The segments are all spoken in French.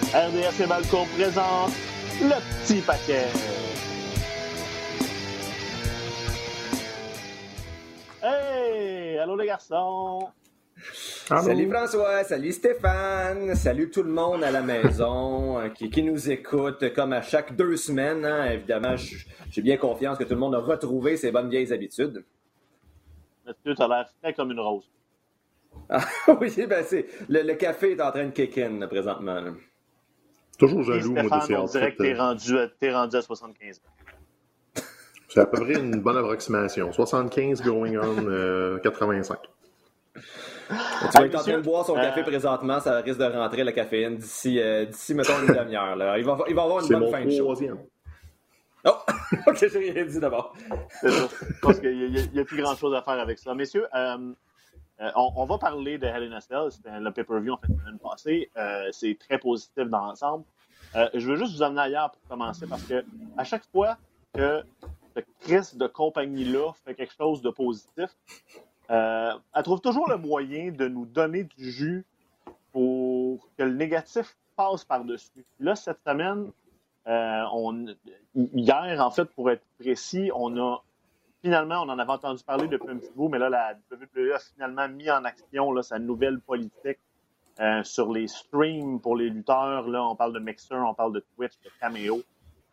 RDS et Balco présente le petit paquet. Hey! Allô les garçons! Allô. Salut François, salut Stéphane, salut tout le monde à la maison qui nous écoute comme à chaque 2 semaines. Hein. Évidemment, j'ai bien confiance que tout le monde a retrouvé ses bonnes vieilles habitudes. Monsieur, t'as l'air frais comme une rose. Ah, oui, ben le café est en train de kick in présentement. Là. Toujours Et jaloux, moi, de Stéphane, ces on dirait que outfits. t'es rendu à 75 ans. C'est à peu près une bonne approximation. 75 going on 85. Tu vas être en train de boire son café présentement, ça risque de rentrer la caféine d'ici mettons, une demi-heure. Là. Il va avoir une bonne fin de show. C'est mon troisième. Oh! OK, j'ai rien dit d'abord. C'est ça. Je pense qu'il n'y a plus grand-chose à faire avec ça. Messieurs, on va parler de Hell in a Cell. C'était le pay-per-view en fait la semaine passée. C'est très positif dans l'ensemble. Je veux juste vous emmener ailleurs pour commencer parce que à chaque fois que cette crise de compagnie-là fait quelque chose de positif, elle trouve toujours le moyen de nous donner du jus pour que le négatif passe par-dessus. Là, cette semaine, hier, en fait, pour être précis, on en avait entendu parler depuis un petit bout, mais là, la WWE a finalement mis en action là, sa nouvelle politique sur les streams pour les lutteurs. Là, on parle de Mixer, on parle de Twitch, de Cameo.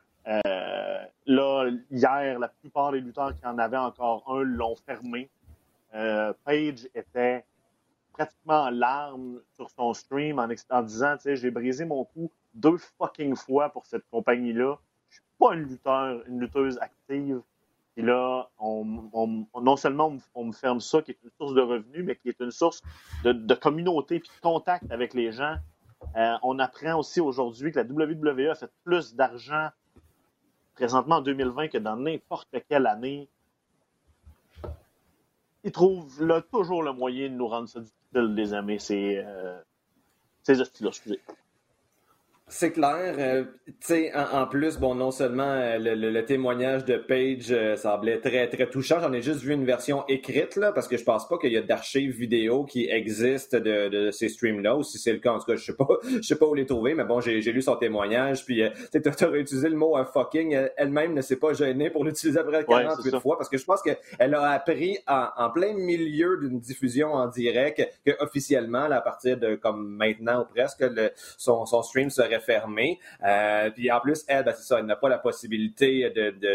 Là, hier, la plupart des lutteurs qui en avaient encore un l'ont fermé. Paige était pratiquement en larmes sur son stream en disant, tu sais, j'ai brisé mon cou 2 fucking fois pour cette compagnie-là. Je suis pas une lutteuse active. Et là, non seulement on me ferme ça, qui est une source de revenus, mais qui est une source de communauté puis de contact avec les gens. On apprend aussi aujourd'hui que la WWE a fait plus d'argent présentement en 2020 que dans n'importe quelle année. Ils trouvent là toujours le moyen de nous rendre ça difficile, les amis. Ces hosties-là, excusez. C'est clair. Tu sais, en plus, bon, non seulement le témoignage de Paige semblait très, très touchant. J'en ai juste vu une version écrite, là, parce que je pense pas qu'il y a d'archives vidéo qui existent de ces streams-là, ou si c'est le cas, en tout cas, je sais pas où les trouver, mais bon, j'ai lu son témoignage, puis tu sais, t'as réutilisé le mot fucking, elle-même ne s'est pas gênée pour l'utiliser après 48 fois, parce que je pense qu'elle a appris en plein milieu d'une diffusion en direct que officiellement, là, à partir de comme maintenant ou presque, son stream serait fermé. Puis en plus, elle, ben, c'est ça, elle n'a pas la possibilité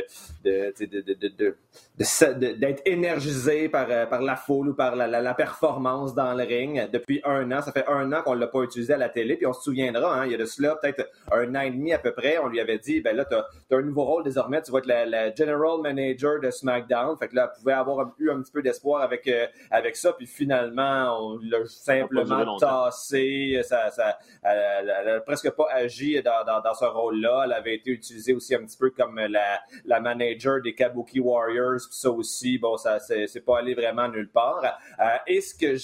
d'être énergisée par la foule ou par la performance dans le ring depuis 1 an. Ça fait 1 an qu'on ne l'a pas utilisé à la télé. Puis on se souviendra, hein, il y a de cela peut-être 1 an et demi à peu près, on lui avait dit, ben là, t'as un nouveau rôle désormais, tu vas être la General Manager de SmackDown. Fait que là, elle pouvait avoir eu un petit peu d'espoir avec ça. Puis finalement, on l'a simplement tassé. Elle a presque pas agi dans ce rôle-là. Elle avait été utilisée aussi un petit peu comme la manager des Kabuki Warriors. Puis ça aussi, bon, ça c'est pas allé vraiment nulle part. Et ce que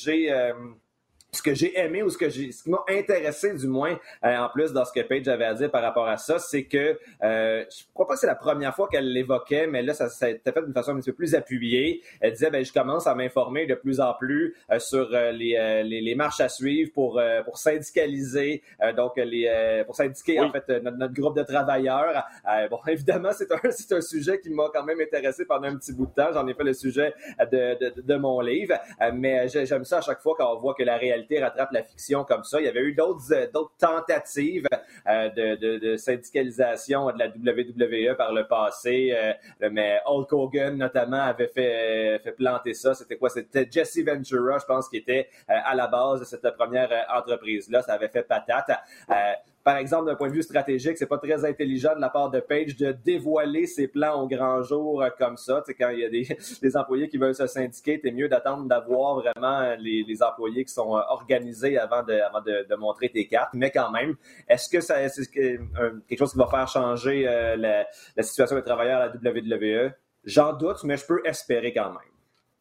j'ai aimé ou ce qui m'a intéressé du moins en plus dans ce que Paige avait à dire par rapport à ça, c'est que je crois pas que c'est la première fois qu'elle l'évoquait, mais là ça a été fait d'une façon un petit peu plus appuyée. Elle disait je commence à m'informer de plus en plus sur les marches à suivre pour syndicaliser pour syndiquer en fait notre groupe de travailleurs. Bon évidemment c'est un sujet qui m'a quand même intéressé pendant un petit bout de temps. J'en ai fait le sujet de mon livre, mais j'aime ça à chaque fois quand on voit que la réalité rattrape la fiction comme ça. Il y avait eu d'autres tentatives de syndicalisation de la WWE par le passé, mais Hulk Hogan notamment avait fait planter ça. C'était quoi? C'était Jesse Ventura, je pense, qui était à la base de cette première entreprise-là. Ça avait fait patate. Par exemple, d'un point de vue stratégique, c'est pas très intelligent de la part de Paige de dévoiler ses plans au grand jour comme ça. Tu sais, quand il y a des employés qui veulent se syndiquer, c'est mieux d'attendre d'avoir vraiment les employés qui sont organisés avant de montrer tes cartes. Mais quand même, est-ce que c'est quelque chose qui va faire changer la situation des travailleurs à la WWE? J'en doute, mais je peux espérer quand même.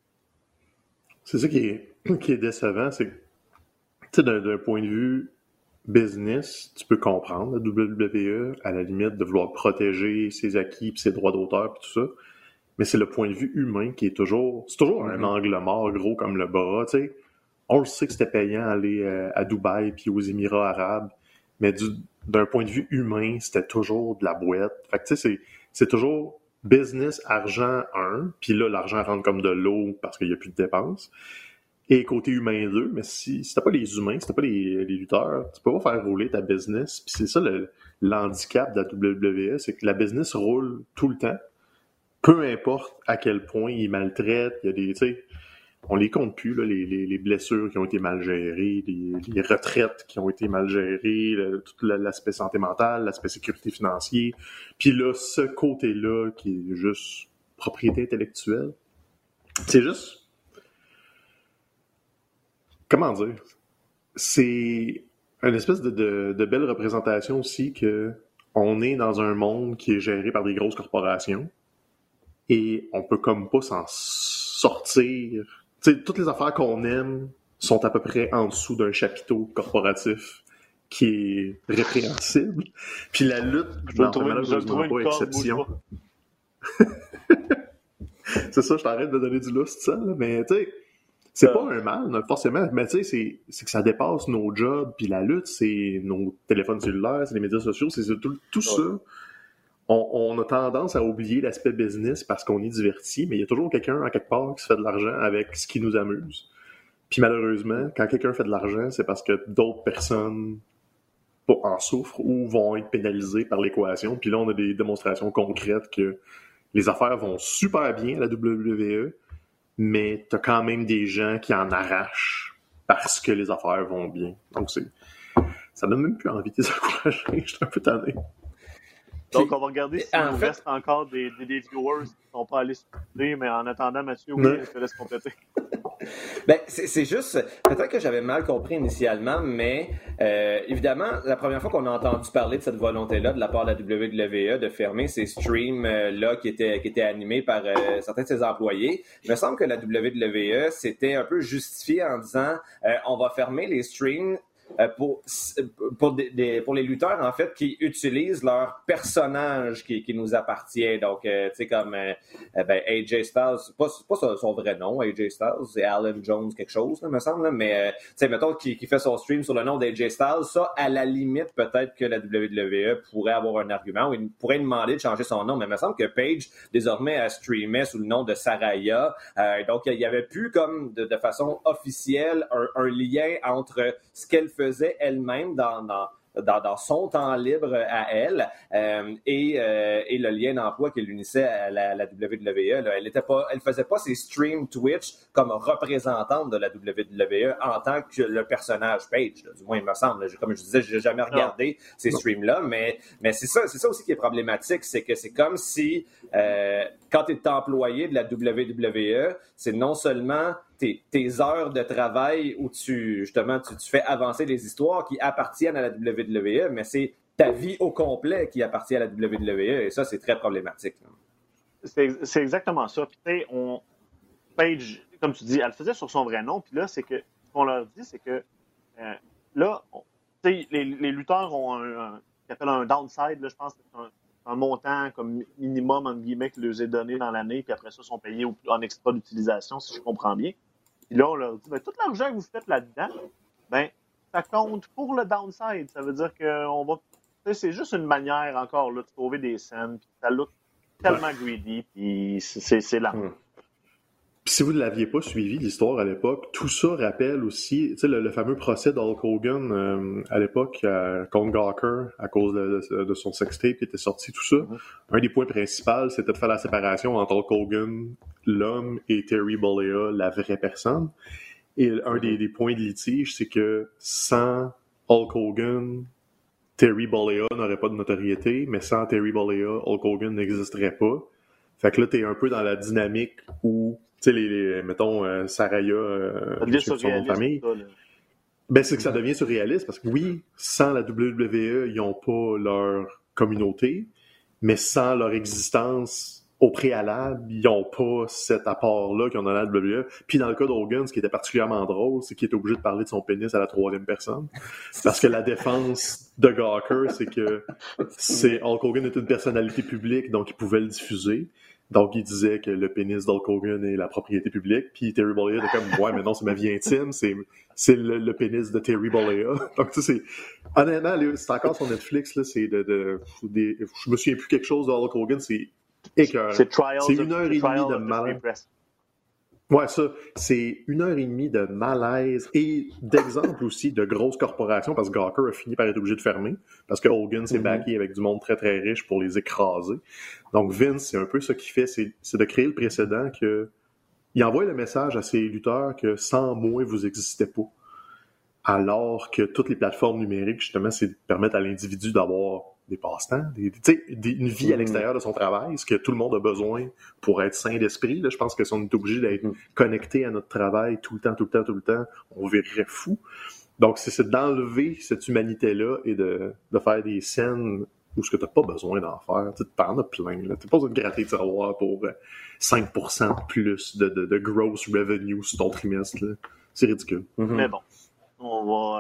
C'est ça qui est décevant, c'est que, tu sais, d'un point de vue business, tu peux comprendre la WWE, à la limite, de vouloir protéger ses acquis et ses droits d'auteur et tout ça. Mais c'est le point de vue humain qui est toujours un angle mort gros comme le bras, tu sais. On le sait que c'était payant aller à Dubaï puis aux Émirats arabes mais d'un point de vue humain, c'était toujours de la boîte. Fait que tu sais, c'est toujours business, argent 1, puis là, l'argent rentre comme de l'eau parce qu'il n'y a plus de dépenses. Et côté humain 2, mais si t'as pas les humains, si t'as pas les lutteurs, tu peux pas faire rouler ta business. Puis c'est ça l'handicap de la WWE, c'est que la business roule tout le temps. Peu importe à quel point ils maltraitent, il y a des, tu sais, on les compte plus, là, les blessures qui ont été mal gérées, les retraites qui ont été mal gérées, tout l'aspect santé mentale, l'aspect sécurité financière. Puis là, ce côté-là qui est juste propriété intellectuelle, c'est juste... Comment dire? C'est une espèce de belle représentation aussi que on est dans un monde qui est géré par des grosses corporations et on peut comme pas s'en sortir. Tu sais, toutes les affaires qu'on aime sont à peu près en dessous d'un chapiteau corporatif qui est répréhensible. Puis la lutte, n'en fait malheureusement pas exception. C'est ça, je t'arrête de donner du lustre, ça, là, mais tu sais, c'est pas un mal, forcément, mais tu sais, c'est que ça dépasse nos jobs, puis la lutte, c'est nos téléphones cellulaires, c'est les médias sociaux, c'est tout ça. On a tendance à oublier l'aspect business parce qu'on est diverti, mais il y a toujours quelqu'un, à quelque part, qui se fait de l'argent avec ce qui nous amuse. Puis malheureusement, quand quelqu'un fait de l'argent, c'est parce que d'autres personnes en souffrent ou vont être pénalisées par l'équation. Puis là, on a des démonstrations concrètes que les affaires vont super bien à la WWE, mais t'as quand même des gens qui en arrachent parce que les affaires vont bien. Donc, ça donne même plus envie de les encourager. Je suis un peu tanné. Donc, on va regarder s'il nous reste encore des viewers qui ne sont pas allés se couper, mais en attendant, Mathieu, oui, je te laisse compléter. Ben, c'est juste, peut-être que j'avais mal compris initialement, mais évidemment, la première fois qu'on a entendu parler de cette volonté-là de la part de la WWE de fermer ces streams-là qui étaient animés par certains de ses employés, il me semble que la WWE s'était un peu justifiée en disant on va fermer les streams pour les lutteurs, en fait, qui utilisent leur personnage qui nous appartient. Donc, tu sais, comme AJ Styles, c'est pas son vrai nom, AJ Styles, c'est Alan Jones quelque chose, là, me semble, là, mais tu sais, mettons, qui fait son stream sur le nom d'AJ Styles, ça, à la limite, peut-être que la WWE pourrait avoir un argument ou il pourrait demander de changer son nom, mais il me semble que Paige, désormais, elle streamait sous le nom de Saraya. Donc, il y avait plus comme de façon officielle un lien entre ce qu'elle faisait elle-même dans son temps libre à elle et le lien d'emploi qu'elle unissait à la WWE. Là. Elle faisait pas ses streams Twitch comme représentante de la WWE en tant que le personnage Paige. Là. Du moins, il me semble. Comme je disais, j'ai jamais regardé ces streams-là, mais c'est ça aussi qui est problématique, c'est que c'est comme si quand tu es employé de la WWE, c'est non seulement tes heures de travail où tu fais avancer les histoires qui appartiennent à la WWE, mais c'est ta vie au complet qui appartient à la WWE, et ça, c'est très problématique. C'est exactement ça. Puis, tu sais, Paige, comme tu dis, elle le faisait sur son vrai nom, puis là, c'est que, ce qu'on leur dit, c'est que, là, tu sais, les lutteurs ont ce qu'ils appellent un downside, là, je pense que c'est un montant comme minimum, entre guillemets, qui leur est donné dans l'année, puis après ça, sont payés en extra d'utilisation, si je comprends bien. Puis là, on leur dit, tout l'argent que vous faites là-dedans, ça compte pour le downside. Ça veut dire qu'on va... C'est juste une manière, encore, là, de sauver des scènes, puis ça look tellement greedy, puis c'est lent. Puis si vous ne l'aviez pas suivi, l'histoire à l'époque, tout ça rappelle aussi, tu sais, le fameux procès d'Hulk Hogan à l'époque contre Gawker à cause de son sextape qui était sorti, tout ça. Un des points principaux, c'était de faire la séparation entre Hulk Hogan, l'homme, et Terry Bollea, la vraie personne. Et un des points de litige, c'est que sans Hulk Hogan, Terry Bollea n'aurait pas de notoriété, mais sans Terry Bollea, Hulk Hogan n'existerait pas. Fait que là, t'es un peu dans la dynamique où, tu sais, mettons, Saraya, je sais son nom de famille. C'est que ça devient surréaliste parce que oui, sans la WWE, ils n'ont pas leur communauté, mais sans leur existence au préalable, ils n'ont pas cet apport-là qu'ils ont dans la WWE. Puis dans le cas d'Hogan, ce qui était particulièrement drôle, c'est qu'il était obligé de parler de son pénis à la troisième personne. Parce que la défense de Gawker, c'est que Hulk Hogan est une personnalité publique, donc il pouvait le diffuser. Donc, il disait que le pénis d'Hulk Hogan est la propriété publique. Puis Terry Bollea était comme, ouais, mais non, c'est ma vie intime. C'est le pénis de Terry Bollea. Donc, tu sais, honnêtement, c'est encore sur Netflix, là, c'est je me souviens plus quelque chose de Hulk Hogan, c'est écœurant. C'est 1h30 de malaise. Ouais, ça, c'est 1h30 de malaise et d'exemple aussi de grosses corporations, parce que Gawker a fini par être obligé de fermer, parce que Hogan s'est backé avec du monde très très riche pour les écraser. Donc Vince, c'est un peu ça qu'il fait, c'est de créer le précédent que il envoie le message à ses lutteurs que sans moi, vous n'existez pas. Alors que toutes les plateformes numériques, justement, c'est de permettre à l'individu d'avoir des passe-temps, une vie à l'extérieur de son travail, ce que tout le monde a besoin pour être sain d'esprit. Là, je pense que si on est obligé d'être connecté à notre travail tout le temps, on virerait fou. Donc, c'est d'enlever cette humanité-là et de faire des scènes où ce que t'as pas besoin d'en faire. Tu t'en as plein. T'as pas besoin de gratter le tiroir pour 5% de plus de gross revenue sur ton trimestre. Là. C'est ridicule. Mais bon, on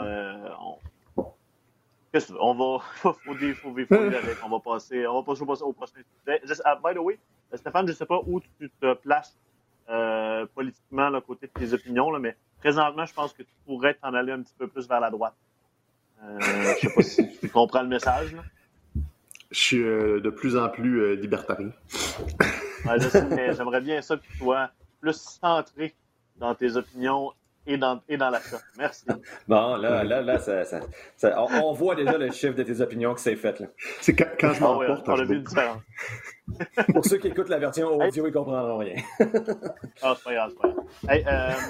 va faut avec. On va passer au prochain sujet. By the way, Stéphane, je sais pas où tu te places politiquement là, côté de tes opinions, là, mais présentement, je pense que tu pourrais t'en aller un petit peu plus vers la droite. Je sais pas si tu comprends le message. Là. Je suis de plus en plus libertarien. Ouais, je sais, mais j'aimerais bien ça que tu sois plus centré dans tes opinions et dans la shot. Merci. Bon, là, on voit déjà le chiffre de tes opinions que c'est fait. Là. C'est quand je m'emporte. On a vu une différence. Pour ceux qui écoutent la version audio, ils comprendront rien. C'est pas grave. Hey,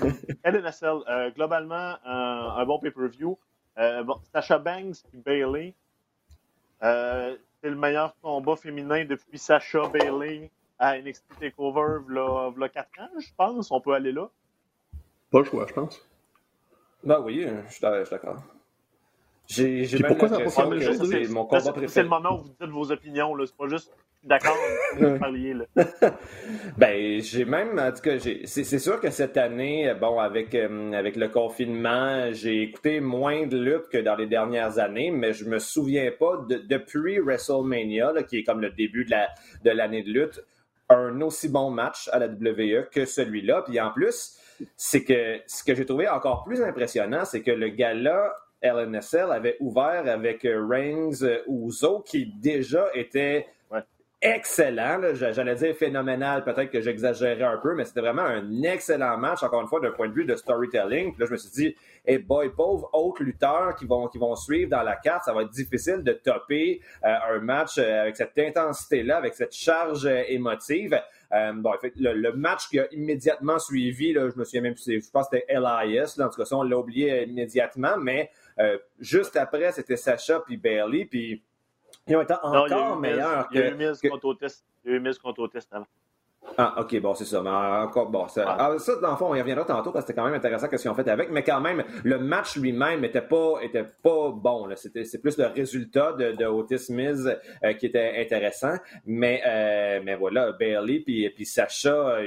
LNSL, globalement, un bon pay-per-view. Sasha Banks et Bayley, c'est le meilleur combat féminin depuis Sasha Bayley à NXT TakeOver v'là 4 ans, je pense. On peut aller là. Pas le choix, je pense. Ben oui, je suis d'accord. J'ai même pourquoi l'impression que c'est mon combat préféré. C'est le moment où vous dites vos opinions, là. C'est pas juste d'accord, vous parliez, là. Ben, j'ai même, en tout cas, c'est sûr que cette année, bon, avec le confinement, j'ai écouté moins de luttes que dans les dernières années, mais je me souviens pas, depuis WrestleMania, là, qui est comme le début de l'année de lutte, un aussi bon match à la WWE que celui-là. Puis en plus, c'est que ce que j'ai trouvé encore plus impressionnant, c'est que le gala LNSL avait ouvert avec Reigns Uso, qui déjà était excellent. Là. J'allais dire phénoménal, peut-être que j'exagérais un peu, mais c'était vraiment un excellent match, encore une fois, d'un point de vue de storytelling. Puis là, je me suis dit, hey boy, pauvres autres lutteurs qui vont suivre dans la carte, ça va être difficile de topper un match avec cette intensité-là, avec cette charge émotive. Le match qui a immédiatement suivi, là, je me souviens même plus, je pense que c'était LIS, là, en tout cas, ça, on l'a oublié immédiatement, mais juste après, c'était Sasha puis Bayley, puis ils ont été encore meilleurs que... Il y a eu Miz contre Otis avant. Ah, OK, bon, c'est ça. Mais encore, bon, ça, dans le fond, on y reviendra tantôt parce que c'était quand même intéressant ce qu'ils ont fait avec. Mais quand même, le match lui-même était pas bon. Là. C'est plus le résultat de Otis Miz qui était intéressant. Mais voilà, Bayley puis Sasha,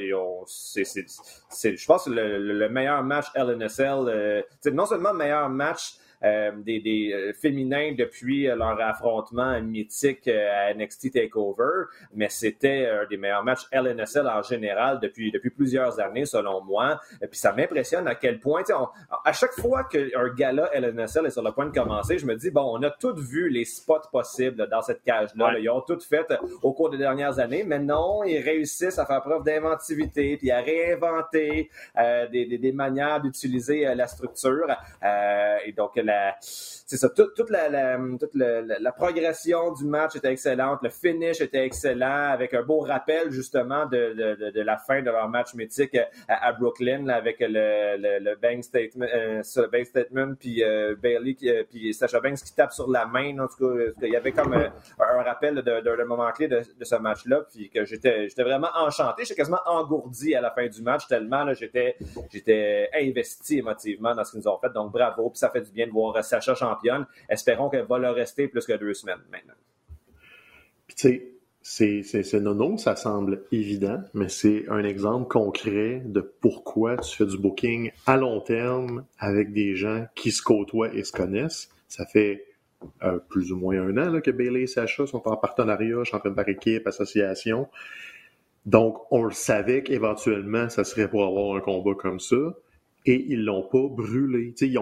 je pense le meilleur match LNSL. Non seulement meilleur match des féminins depuis leur affrontement mythique à NXT TakeOver, mais c'était un des meilleurs matchs LNSL en général depuis plusieurs années, selon moi. Et puis ça m'impressionne à quel point, à chaque fois qu'un gala LNSL est sur le point de commencer, je me dis, bon, on a tous vu les spots possibles dans cette cage-là. Ouais. Là. Ils ont toutes fait au cours des dernières années, mais non, ils réussissent à faire preuve d'inventivité, puis à réinventer des manières d'utiliser la structure. Et donc, c'est ça, toute la progression du match était excellente, le finish était excellent, avec un beau rappel justement de la fin de leur match mythique à Brooklyn, là, avec le Bank Statement, puis Bayley puis Sasha Banks qui tape sur la main. En tout cas, il y avait comme un rappel d'un moment clé de ce match-là, puis que j'étais vraiment enchanté, j'étais quasiment engourdi à la fin du match tellement là, j'étais investi émotivement dans ce qu'ils nous ont fait, donc bravo, puis ça fait du bien de voir Sasha championne. Espérons qu'elle va le rester plus que 2 semaines maintenant. Puis tu sais, c'est non, ça semble évident, mais c'est un exemple concret de pourquoi tu fais du booking à long terme avec des gens qui se côtoient et se connaissent. Ça fait plus ou moins 1 an là, que Bayley et Sasha sont en partenariat, champion par équipe, association. Donc, on le savait qu'éventuellement, ça serait pour avoir un combat comme ça. Et ils l'ont pas brûlé. Ils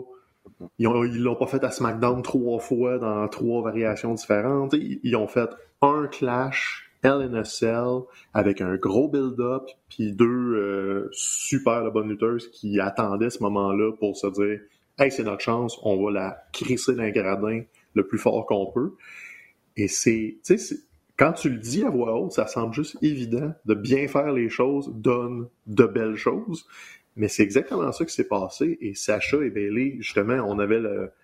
l'ont pas fait à SmackDown 3 fois dans 3 variations différentes. Ils ont fait un clash Hell in a Cell avec un gros build-up puis 2 super bonnes lutteuses qui attendaient ce moment-là pour se dire « Hey, c'est notre chance, on va la crisser d'un gradin le plus fort qu'on peut. » Et quand tu le dis à voix haute, ça semble juste évident de bien faire les choses donne de belles choses. Mais c'est exactement ça qui s'est passé. Et Sasha et Bayley, justement, on avait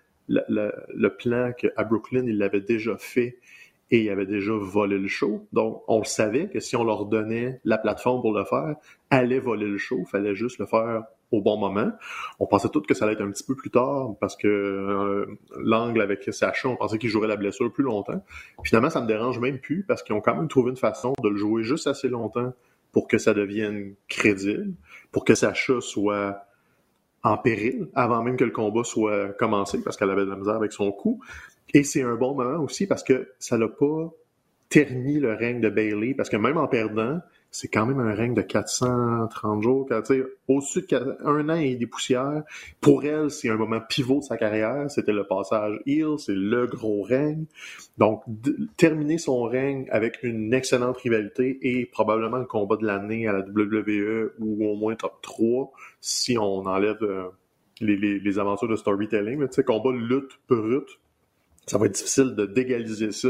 le plan qu'à Brooklyn, ils l'avaient déjà fait et ils avaient déjà volé le show. Donc, on le savait que si on leur donnait la plateforme pour le faire, allait voler le show. Il fallait juste le faire au bon moment. On pensait tous que ça allait être un petit peu plus tard parce que l'angle avec Sasha, on pensait qu'il jouerait la blessure plus longtemps. Finalement, ça me dérange même plus parce qu'ils ont quand même trouvé une façon de le jouer juste assez longtemps pour que ça devienne crédible, pour que Sasha soit en péril avant même que le combat soit commencé parce qu'elle avait de la misère avec son coup. Et c'est un bon moment aussi parce que ça l'a pas terni le règne de Bayley parce que même en perdant, c'est quand même un règne de 430 jours, au-dessus de 1 an et des poussières. Pour elle, c'est un moment pivot de sa carrière. C'était le passage heel, c'est le gros règne. Donc, terminer son règne avec une excellente rivalité et probablement le combat de l'année à la WWE ou au moins top 3 si on enlève les aventures de storytelling. Tu sais, combat lutte brute, ça va être difficile de d'égaliser ça.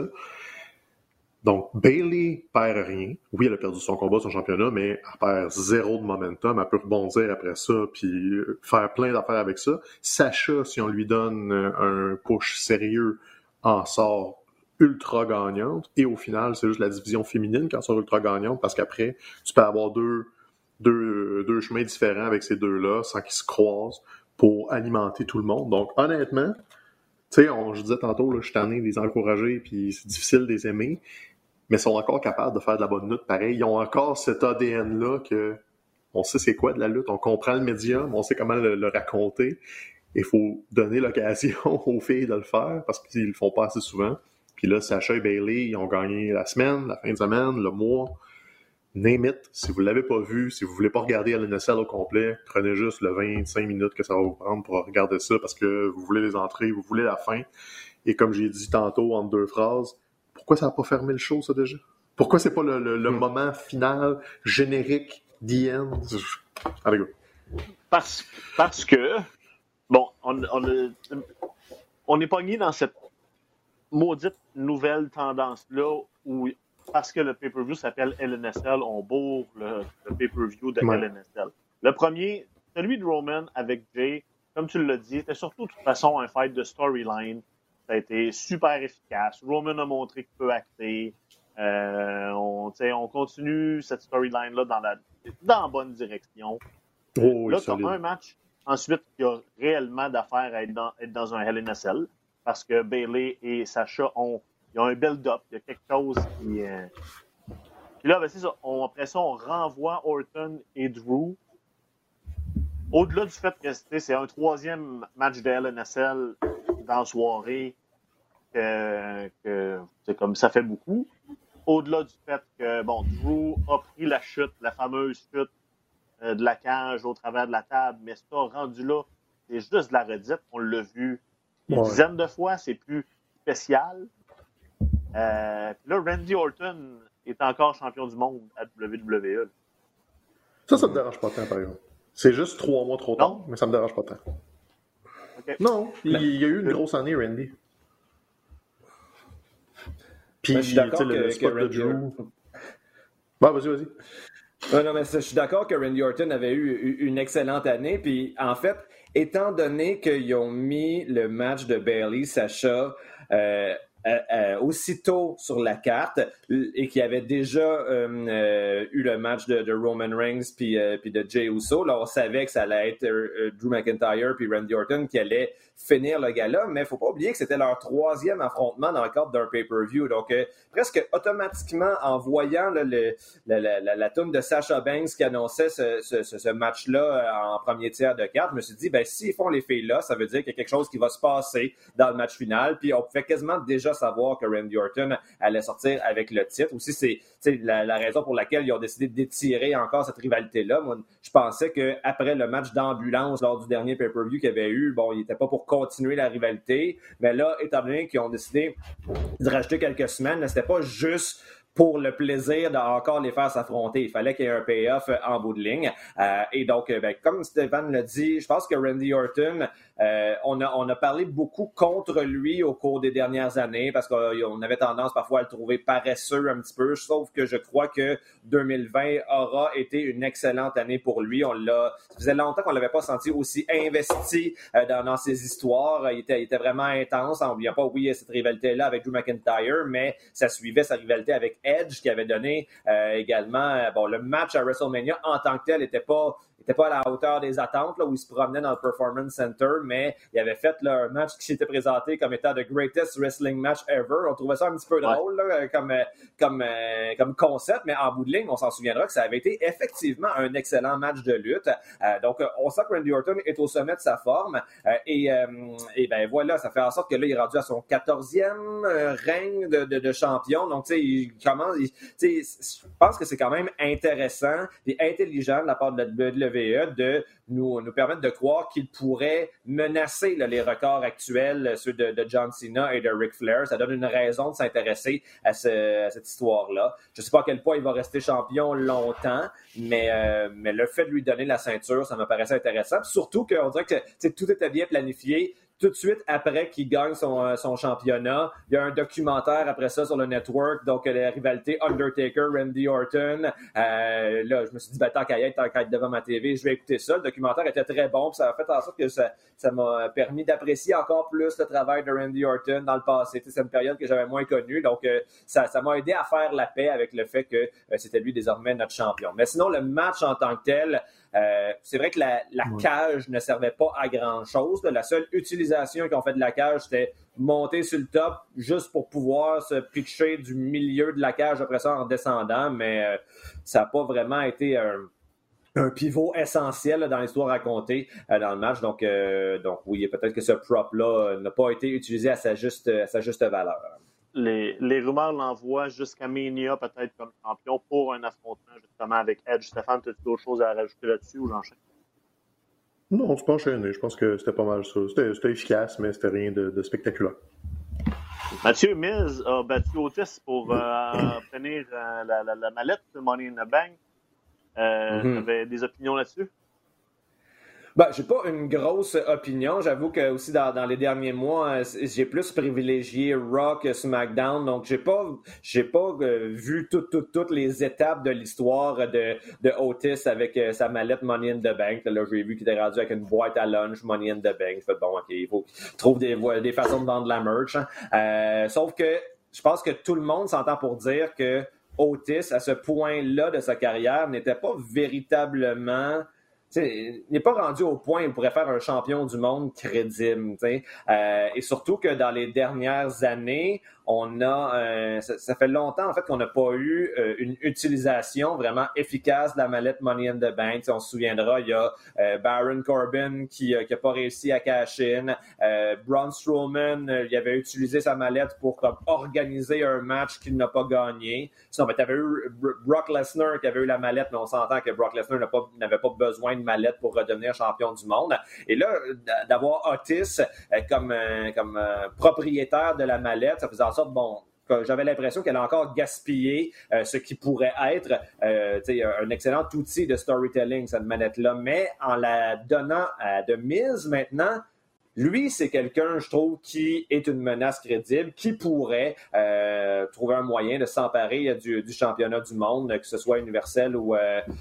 Donc, Bayley perd rien. Oui, elle a perdu son combat, son championnat, mais elle perd 0 de momentum. Elle peut rebondir après ça puis faire plein d'affaires avec ça. Sasha, si on lui donne un push sérieux, en sort ultra gagnante. Et au final, c'est juste la division féminine qui en sort ultra gagnante parce qu'après, tu peux avoir deux chemins différents avec ces deux-là sans qu'ils se croisent pour alimenter tout le monde. Donc, honnêtement, tu sais, je disais tantôt, là, je suis tanné de les encourager puis c'est difficile de les aimer. Mais ils sont encore capables de faire de la bonne lutte pareil. Ils ont encore cet ADN-là que on sait c'est quoi de la lutte, on comprend le médium, on sait comment le raconter. Il faut donner l'occasion aux filles de le faire parce qu'ils le font pas assez souvent. Puis là, Sasha et Bayley, ils ont gagné la semaine, la fin de semaine, le mois. Name it. Si vous l'avez pas vu, si vous voulez pas regarder Hell in a Cell au complet, prenez juste le 25 minutes que ça va vous prendre pour regarder ça parce que vous voulez les entrées, vous voulez la fin. Et comme j'ai dit tantôt entre 2 phrases, pourquoi ça n'a pas fermé le show, ça, déjà? Pourquoi c'est pas le moment final, générique, the end? Allez, go. Parce que, bon, on est pogné dans cette maudite nouvelle tendance-là où, parce que le pay-per-view s'appelle LNSL, on bourre le pay-per-view de LNSL. Le premier, celui de Roman avec Jay, comme tu l'as dit, c'était surtout de toute façon un fight de storyline. Ça a été super efficace. Roman a montré qu'il peut acter. On continue cette storyline-là dans la bonne direction. Là, tu as un match ensuite qui a réellement d'affaires à être dans un Hell in a Cell parce que Bayley et Sasha ont un build-up. Il y a quelque chose qui... Puis là, c'est ça. Après ça, on renvoie Orton et Drew. Au-delà du fait que c'est un 3e match de Hell in a Cell dans la soirée, que c'est comme ça fait beaucoup. Au-delà du fait que, Drew a pris la chute, la fameuse chute de la cage au travers de la table, mais ça, rendu là, c'est juste de la redite. On l'a vu une dizaine de fois, c'est plus spécial. Puis là, Randy Orton est encore champion du monde à WWE. Ça me dérange pas tant, par exemple. C'est juste 3 mois trop tard, mais ça me dérange pas tant. Okay. Non, il y a eu une grosse année, Randy. Puis, je suis d'accord le spot que de Drew... Vas-y. Non, mais je suis d'accord que Randy Orton avait eu une excellente année. Puis, en fait, étant donné qu'ils ont mis le match de Bayley-Sasha aussitôt sur la carte et qu'il y avait déjà eu le match de Roman Reigns puis de Jey Uso, là, on savait que ça allait être Drew McIntyre puis Randy Orton qui allait finir le gala, mais il ne faut pas oublier que c'était leur 3e affrontement dans le cadre d'un pay-per-view. Donc, presque automatiquement, en voyant là, la toune de Sasha Banks qui annonçait ce match-là en premier tiers de carte, je me suis dit, s'ils font les filles là, ça veut dire qu'il y a quelque chose qui va se passer dans le match final. Puis on pouvait quasiment déjà savoir que Randy Orton allait sortir avec le titre. Aussi, c'est la raison pour laquelle ils ont décidé d'étirer encore cette rivalité-là. Moi, je pensais qu'après le match d'ambulance lors du dernier pay-per-view qu'il y avait eu, bon, il n'était pas pour continuer la rivalité, mais là, étant donné qu'ils ont décidé de rajouter quelques semaines, là, c'était pas juste pour le plaisir d'encore les faire s'affronter. Il fallait qu'il y ait un payoff en bout de ligne. Et donc, comme Stéphane l'a dit, je pense que Randy Orton, on a parlé beaucoup contre lui au cours des dernières années parce qu'on avait tendance parfois à le trouver paresseux un petit peu, sauf que je crois que 2020 aura été une excellente année pour lui. Ça faisait longtemps qu'on ne l'avait pas senti aussi investi dans ses histoires. Il était vraiment intense. On n'oublie pas, oui, cette rivalité-là avec Drew McIntyre, mais ça suivait sa rivalité avec Edge qui avait donné également... le match à WrestleMania en tant que tel n'était pas à la hauteur des attentes, là, où il se promenait dans le Performance Center, mais il avait fait là, un match qui s'était présenté comme étant the greatest wrestling match ever. On trouvait ça un petit peu drôle là, comme concept, mais en bout de ligne, on s'en souviendra que ça avait été effectivement un excellent match de lutte. Donc, on sent que Randy Orton est au sommet de sa forme. Et voilà, ça fait en sorte que là, il est rendu à son 14e règne de champion. Donc, tu sais, il commence... Je pense que c'est quand même intéressant et intelligent de la part de la WWE de nous permettre de croire qu'il pourrait menacer là, les records actuels, ceux de John Cena et de Ric Flair. Ça donne une raison de s'intéresser à cette histoire-là. Je ne sais pas à quel point il va rester champion longtemps, mais le fait de lui donner la ceinture, ça me paraissait intéressant. Puis surtout qu'on dirait que tout était bien planifié. Tout de suite après qu'il gagne son championnat, il y a un documentaire après ça sur le network, donc la rivalité Undertaker-Randy Orton. Là, je me suis dit, tant qu'à être devant ma TV, je vais écouter ça. Le documentaire était très bon, puis ça a fait en sorte que ça m'a permis d'apprécier encore plus le travail de Randy Orton dans le passé. C'est une période que j'avais moins connue, donc ça m'a aidé à faire la paix avec le fait que c'était lui désormais notre champion. Mais sinon, le match en tant que tel... c'est vrai que la cage ne servait pas à grand-chose. La seule utilisation qu'ils ont fait de la cage, c'était monter sur le top juste pour pouvoir se pitcher du milieu de la cage après ça en descendant, mais ça n'a pas vraiment été un pivot essentiel là, dans l'histoire racontée dans le match. Donc oui, peut-être que ce prop-là n'a pas été utilisé à sa juste valeur. Les rumeurs l'envoient jusqu'à Mania, peut-être comme champion, pour un affrontement justement avec Edge. Stéphane, as-tu d'autres choses à rajouter là-dessus ou j'enchaîne? Non, tu peux enchaîner. Je pense que c'était pas mal ça. C'était efficace, mais c'était rien de spectaculaire. Mathieu Miz a battu Otis pour obtenir la mallette de Money in the Bank. Tu avais des opinions là-dessus? J'ai pas une grosse opinion. J'avoue que aussi dans les derniers mois, j'ai plus privilégié Raw que SmackDown. Donc j'ai pas vu toutes les étapes de l'histoire de Otis avec sa mallette Money in the Bank. Là, j'ai vu qu'il était rendu avec une boîte à lunch Money in the Bank. Je fais bon, ok, il faut qu'il trouve des façons de vendre la merch. Sauf que je pense que tout le monde s'entend pour dire que Otis, à ce point-là de sa carrière, n'était pas véritablement... il n'est pas rendu au point où il pourrait faire un champion du monde crédible. Et surtout que dans les dernières années, on a ça fait longtemps en fait qu'on n'a pas eu une utilisation vraiment efficace de la mallette Money in the Bank. On se souviendra, il y a Baron Corbin qui a pas réussi à cash in. Braun Strowman, il avait utilisé sa mallette pour organiser un match qu'il n'a pas gagné. Sinon, tu avais eu Brock Lesnar qui avait eu la mallette, mais on s'entend que Brock Lesnar n'avait pas besoin de mallette pour redevenir champion du monde. Et là, d'avoir Otis comme propriétaire de la mallette, ça faisait en sorte, j'avais l'impression qu'elle a encore gaspillé ce qui pourrait être un excellent outil de storytelling, cette mallette-là. Mais en la donnant à The Miz maintenant, lui, c'est quelqu'un, je trouve, qui est une menace crédible, qui pourrait trouver un moyen de s'emparer du championnat du monde, que ce soit universel ou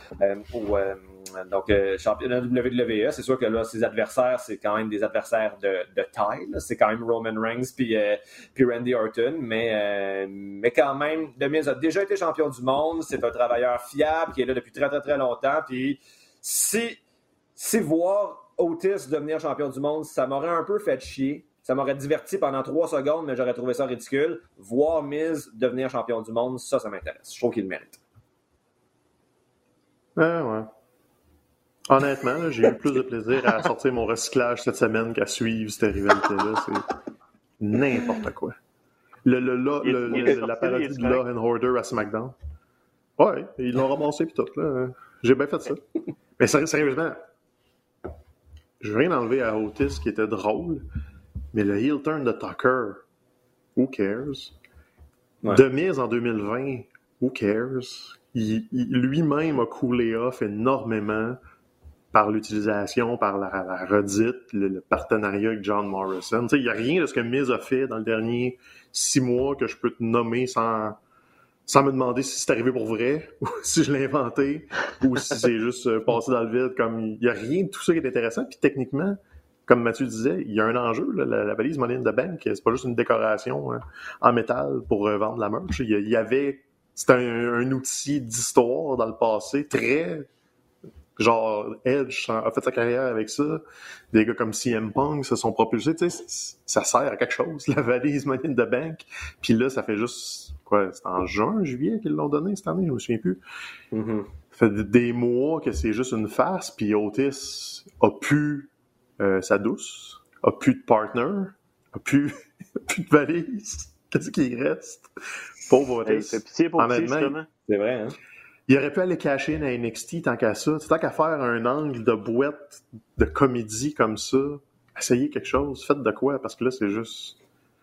championnat WWE. C'est sûr que là, ses adversaires, c'est quand même des adversaires de taille. Là. C'est quand même Roman Reigns puis Randy Orton, mais quand même, The Miz a déjà été champion du monde. C'est un travailleur fiable qui est là depuis très, très, très longtemps. Puis si voir Otis devenir champion du monde, ça m'aurait un peu fait chier. Ça m'aurait diverti pendant 3 secondes, mais j'aurais trouvé ça ridicule. Voir Miz devenir champion du monde, ça m'intéresse. Je trouve qu'il le mérite. Ouais. Honnêtement, là, j'ai eu plus de plaisir à sortir mon recyclage cette semaine qu'à suivre cette rivalité-là. C'est n'importe quoi. La parodie de Law and Order à SmackDown. Ouais, ils l'ont ramassé pis tout, là. J'ai bien fait ça. Mais sérieusement, je veux rien enlever à Otis qui était drôle, mais le heel turn de Tucker, who cares? Ouais. De Miz en 2020, who cares? Il lui-même a coolé off énormément par l'utilisation, par la redite, le partenariat avec John Morrison. Il n'y a rien de ce que Miz a fait dans les derniers 6 mois que je peux te nommer sans me demander si c'est arrivé pour vrai, ou si je l'ai inventé, ou si c'est juste passé dans le vide. Comme il n'y a rien de tout ça qui est intéressant. Puis techniquement, comme Mathieu disait, il y a un enjeu. Là, la valise Money in the Bank, c'est pas juste une décoration en métal pour vendre la merch. C'était un outil d'histoire dans le passé très... Genre, Edge a fait sa carrière avec ça. Des gars comme CM Punk se sont propulsés. Tu sais, ça sert à quelque chose, la valise Money in the Bank. Puis là, ça fait juste... Quoi, c'est en juillet qu'ils l'ont donné cette année? Je me souviens plus. Mm-hmm. Ça fait des mois que c'est juste une farce. Puis Otis a plus sa douce, a plus de partner, a plus de valise. Qu'est-ce qui reste? Pauvre Otis. C'est pitié pour lui, justement. C'est vrai, hein? Il aurait pu aller cacher à NXT tant qu'à ça. Tant qu'à faire un angle de boîte de comédie comme ça, essayez quelque chose. Faites de quoi? Parce que là, c'est juste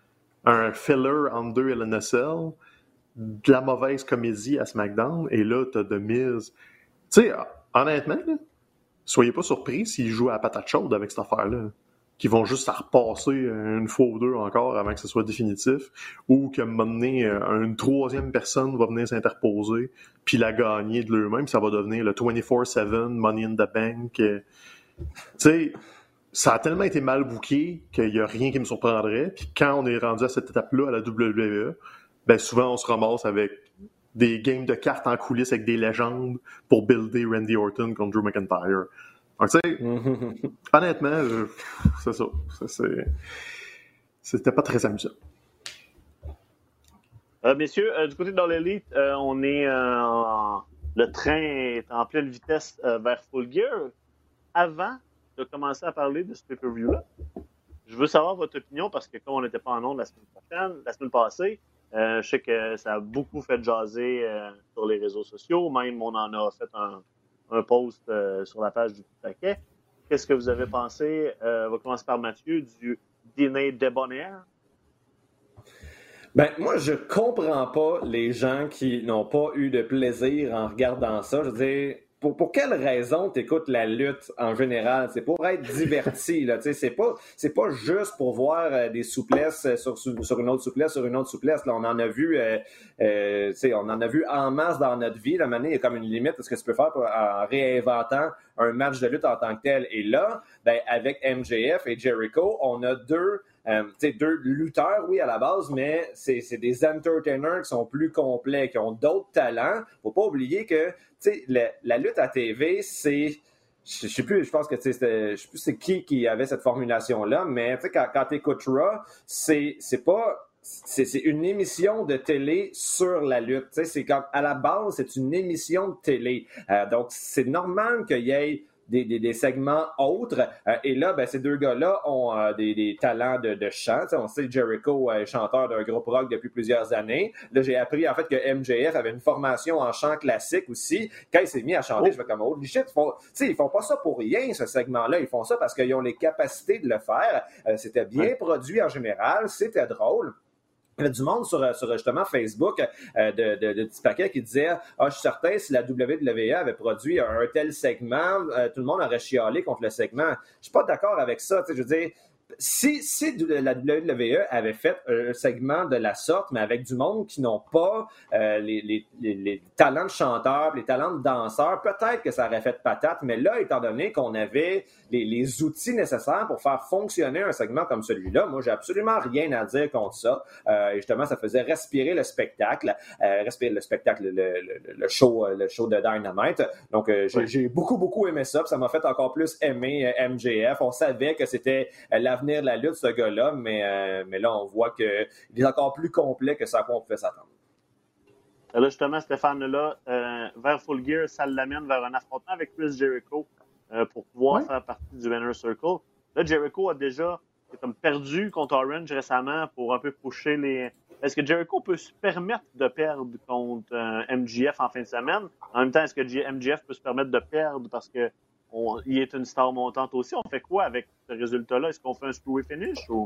un filler entre 2 LNSL, de la mauvaise comédie à SmackDown, et là, t'as The Miz. Tu sais, honnêtement, là, soyez pas surpris s'ils jouent à la patate chaude avec cette affaire-là. Qu'ils vont juste à repasser une fois ou deux encore avant que ce soit définitif, ou qu'à un moment donné, une troisième personne va venir s'interposer, puis la gagner de l'eux-mêmes, ça va devenir le 24/7 Money in the Bank. Tu sais, ça a tellement été mal booké qu'il n'y a rien qui me surprendrait, puis quand on est rendu à cette étape-là à la WWE, ben souvent on se ramasse avec des games de cartes en coulisses avec des légendes pour builder Randy Orton contre Drew McIntyre. Donc, tu sais, honnêtement, c'est ça. C'était pas très amusant. Messieurs, du côté de All Elite, on est le train est en pleine vitesse vers Full Gear. Avant de commencer à parler de ce pay-per-view-là, je veux savoir votre opinion parce que comme on n'était pas en ondes la semaine passée, je sais que ça a beaucoup fait jaser sur les réseaux sociaux. Même, on en a fait un post sur la page du Paquet. Qu'est-ce que vous avez pensé? On va commencer par Mathieu, du dîner débonnaire. Ben, moi, je comprends pas les gens qui n'ont pas eu de plaisir en regardant ça. Je veux dire, pour quelle raison t'écoutes la lutte en général? C'est pour être diverti, là. Tu sais, c'est pas juste pour voir des souplesses sur une autre souplesse, sur une autre souplesse. Là, on en a vu, on en a vu en masse dans notre vie. La manière, il y a comme une limite de ce que tu peux faire en réinventant un match de lutte en tant que tel. Et là, ben, avec MJF et Jericho, on a deux lutteurs, oui, à la base, mais c'est des entertainers qui sont plus complets, qui ont d'autres talents. Faut pas oublier que la lutte à TV, c'est... Je sais plus, je pense que je sais plus c'est qui avait cette formulation-là, mais quand tu écoutes Raw, c'est une émission de télé sur la lutte. C'est comme, à la base, c'est une émission de télé. Donc, c'est normal qu'il y ait des segments autres. Et là, ben, ces deux gars-là ont des talents de chant. On sait Jericho est chanteur d'un groupe rock depuis plusieurs années. Là, j'ai appris en fait que MJF avait une formation en chant classique aussi. Quand il s'est mis à chanter, je fais comme holy shit, ils font pas ça pour rien, ce segment-là. Ils font ça parce qu'ils ont les capacités de le faire. C'était bien produit en général. C'était drôle. Il y avait du monde sur justement Facebook de petits paquets qui disait je suis certain si la WWE avait produit un tel segment, tout le monde aurait chialé contre le segment. Je suis pas d'accord avec ça. Je veux dire, si la WWE avait fait un segment de la sorte, mais avec du monde qui n'ont pas les talents de chanteurs, les talents de danseurs, peut-être que ça aurait fait patate, mais là, étant donné qu'on avait les outils nécessaires pour faire fonctionner un segment comme celui-là, moi, j'ai absolument rien à dire contre ça. Et justement, ça faisait respirer le spectacle, le show de Dynamite. Donc, j'ai beaucoup aimé ça, puis ça m'a fait encore plus aimer MJF. On savait que c'était l'avenir de la lutte, ce gars-là, mais là, on voit qu'il est encore plus complet que ça à quoi on pouvait s'attendre. Là, justement, Stéphane, là, vers Full Gear, ça l'amène vers un affrontement avec Chris Jericho pour pouvoir faire partie du Inner Circle. Là, Jericho a déjà comme perdu contre Orange récemment pour un peu pusher est-ce que Jericho peut se permettre de perdre contre MJF en fin de semaine? En même temps, est-ce que MJF peut se permettre de perdre parce qu'il est une star montante aussi? On fait quoi avec ce résultat-là? Est-ce qu'on fait un screwy finish ou...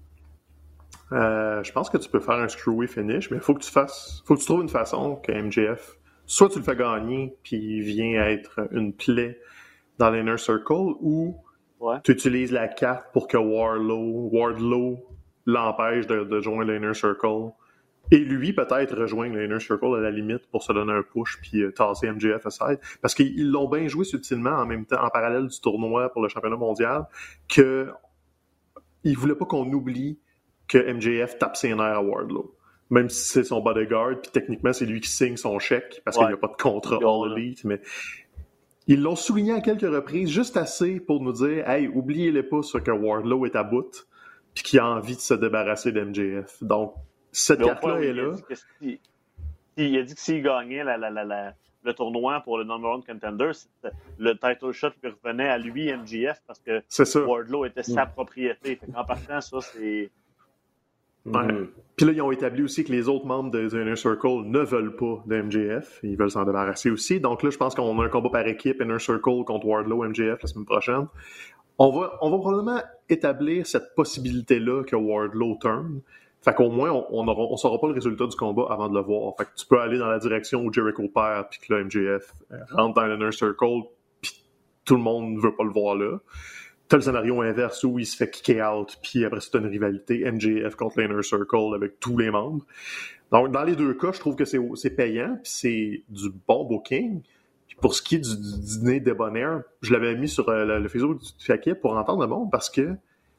Je pense que tu peux faire un screwy finish, mais il faut que tu trouves une façon que MJF, soit tu le fais gagner, puis il vient être une plaie dans l'Inner Circle, ou tu utilises la carte pour que Wardlow l'empêche de joindre l'Inner Circle. Et lui, peut-être, rejoindre l'Inner Circle à la limite pour se donner un push puis tasser MJF aside. Parce qu'ils l'ont bien joué subtilement en même temps, en parallèle du tournoi pour le championnat mondial, qu'ils ne voulaient pas qu'on oublie que MJF tape ses nerfs à Wardlow. Même si c'est son bodyguard, puis techniquement, c'est lui qui signe son chèque, parce qu'il n'y a pas de contrat All Elite, mais ils l'ont souligné à quelques reprises, juste assez pour nous dire « Hey, oubliez-le pas sur que Wardlow est à bout, puis qu'il a envie de se débarrasser d'MJF. » Donc, cette carte-là est là. Il a dit que s'il gagnait le tournoi pour le number one contender, le title shot lui revenait à lui, MJF, parce que Wardlow était sa propriété. En partant, ça, c'est... Puis là, ils ont établi aussi que les autres membres de The Inner Circle ne veulent pas de MJF. Ils veulent s'en débarrasser aussi. Donc là, je pense qu'on a un combat par équipe, Inner Circle contre Wardlow, MJF la semaine prochaine. On va probablement établir cette possibilité-là que Wardlow turn. Fait qu'au moins, on saura pas le résultat du combat avant de le voir. Fait que tu peux aller dans la direction où Jericho perd, puis que là, MJF rentre dans l'Inner Circle, puis tout le monde ne veut pas le voir là. T'as le scénario inverse où il se fait kicker out, puis après c'est une rivalité MJF contre l'Inner Circle avec tous les membres. Donc, dans les deux cas, je trouve que c'est payant, puis c'est du bon booking. Puis pour ce qui est du dîner débonnaire, je l'avais mis sur le Facebook du Faquet pour entendre le monde, parce que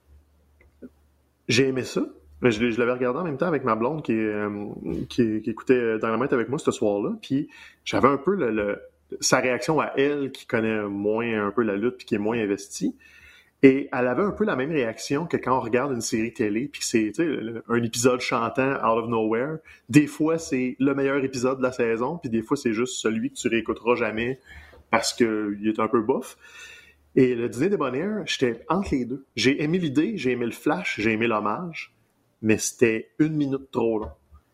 j'ai aimé ça. Mais je l'avais regardé en même temps avec ma blonde qui écoutait Dynamite avec moi ce soir-là, puis j'avais un peu sa réaction à elle, qui connaît moins un peu la lutte, puis qui est moins investie. Et elle avait un peu la même réaction que quand on regarde une série télé, puis c'est un épisode chantant out of nowhere. Des fois, c'est le meilleur épisode de la saison, puis des fois, c'est juste celui que tu réécouteras jamais parce qu'il est un peu bof. Et le dîner des bonheurs, j'étais entre les deux. J'ai aimé l'idée, j'ai aimé le flash, j'ai aimé l'hommage, mais c'était 1 minute trop long.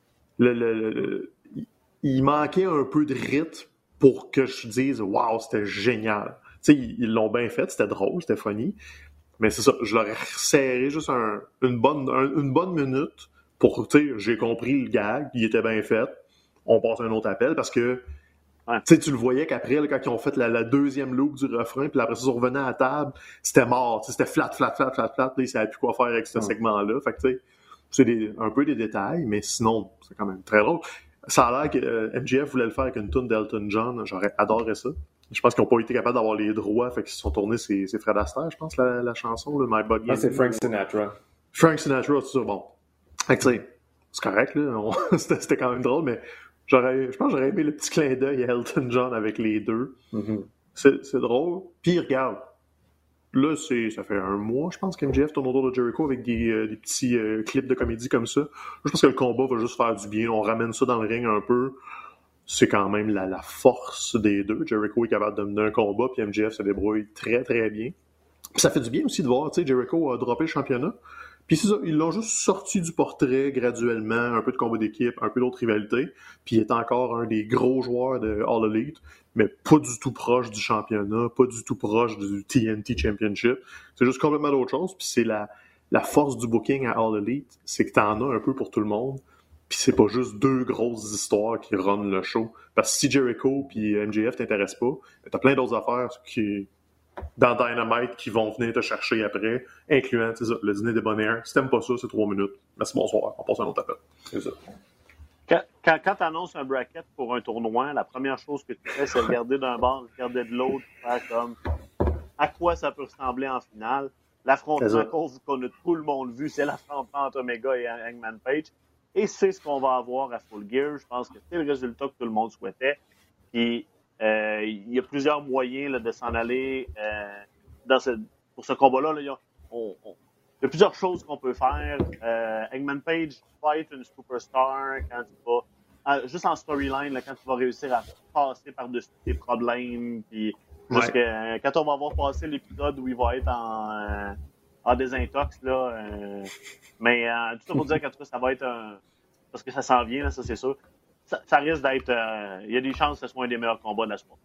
Il manquait un peu de rythme pour que je dise « Wow, c'était génial ». Tu sais, ils l'ont bien fait, c'était drôle, c'était funny. Mais c'est ça, je leur ai resserré juste une bonne minute pour, tu sais, j'ai compris le gag, il était bien fait. On passe à un autre appel parce que, tu sais, tu le voyais qu'après, là, quand ils ont fait la deuxième loop du refrain, puis après ça, ils revenaient à la table, c'était mort, tu sais, c'était flat. Là, ils savaient plus quoi faire avec ce segment-là. Fait que, tu sais, c'est un peu des détails, mais sinon, c'est quand même très drôle. Ça a l'air que MJF voulait le faire avec une tune d'Elton John, j'aurais adoré ça. Je pense qu'ils n'ont pas été capables d'avoir les droits, fait qu'ils se sont tournés, c'est Fred Astaire, je pense, la chanson, le My Body. C'est Frank Sinatra. Frank Sinatra, c'est ça, bon. Fait que, tu sais, c'est correct, là, c'était quand même drôle, mais je pense que j'aurais aimé le petit clin d'œil à Elton John avec les deux. Mm-hmm. C'est drôle. Puis, regarde, là, ça fait 1 mois, je pense, qu'MJF tourne autour de Jericho avec des petits clips de comédie comme ça. Je pense que le combat va juste faire du bien. On ramène ça dans le ring un peu. C'est quand même la force des deux. Jericho est capable de mener un combat, puis MJF se débrouille très, très bien. Puis ça fait du bien aussi de voir, tu sais, Jericho a droppé le championnat. Puis c'est ça, ils l'ont juste sorti du portrait graduellement, un peu de combat d'équipe, un peu d'autres rivalités. Puis il est encore un des gros joueurs de All Elite, mais pas du tout proche du championnat, pas du tout proche du TNT Championship. C'est juste complètement d'autre chose. Puis c'est la force du booking à All Elite, c'est que t'en as un peu pour tout le monde. Puis c'est pas juste 2 grosses histoires qui runnent le show. Parce que si Jericho puis MJF t'intéressent pas, t'as plein d'autres affaires dans Dynamite qui vont venir te chercher après, incluant le dîner des bonheurs. Si t'aimes pas ça, c'est 3 minutes. Merci, bonsoir. On passe à un autre appel. C'est ça. Quand tu annonces un bracket pour un tournoi, la première chose que tu fais, c'est regarder d'un bord, regarder de l'autre, faire comme à quoi ça peut ressembler en finale. L'affrontement qu'on a tout le monde vu, c'est l'affrontement entre Omega et Hangman Page. Et c'est ce qu'on va avoir à Full Gear. Je pense que c'est le résultat que tout le monde souhaitait. Puis, il y a plusieurs moyens là, de s'en aller pour ce combat-là. Là, il y a plusieurs choses qu'on peut faire. Hangman Page va être une superstar quand il va... juste en storyline, là, quand tu vas réussir à passer par-dessus tes problèmes. Puis, quand on va avoir passé l'épisode où il va être en désintox, là. Mais tout ça pour dire qu'en tout cas, ça va être parce que ça s'en vient, là, ça c'est sûr. Ça risque d'être... Il y a des chances que ce soit un des meilleurs combats de la soirée.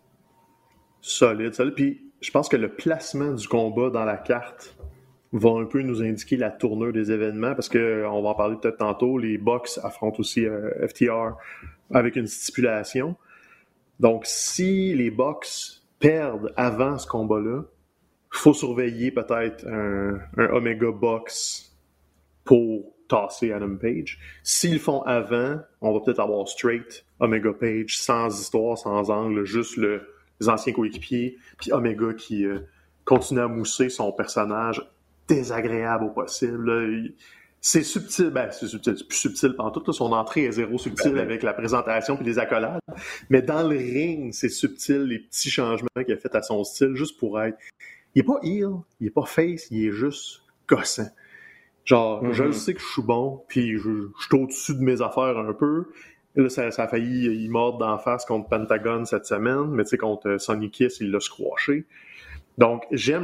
Solide. Puis je pense que le placement du combat dans la carte va un peu nous indiquer la tournure des événements, parce qu'on va en parler peut-être tantôt. Les Bucks affrontent aussi FTR avec une stipulation. Donc, si les Bucks perdent avant ce combat-là, il faut surveiller peut-être un Omega Bucks pour tasser Adam Page. S'ils le font avant, on va peut-être avoir straight Omega Page, sans histoire, sans angle, juste les anciens coéquipiers, puis Omega qui continue à mousser son personnage désagréable au possible. Là. C'est subtil, c'est plus subtil pantoute, là. Son entrée est zéro subtile avec la présentation puis les accolades, mais dans le ring, c'est subtil, les petits changements qu'il a fait à son style, juste pour être... Il est pas heel, il est pas face, il est juste gossant. Genre, je le sais que je suis bon, puis je suis au-dessus de mes affaires un peu. Et là, ça a failli y mordre d'en face contre Pentagon cette semaine, mais tu sais, contre Sonny Kiss, il l'a squashé. Donc, j'aime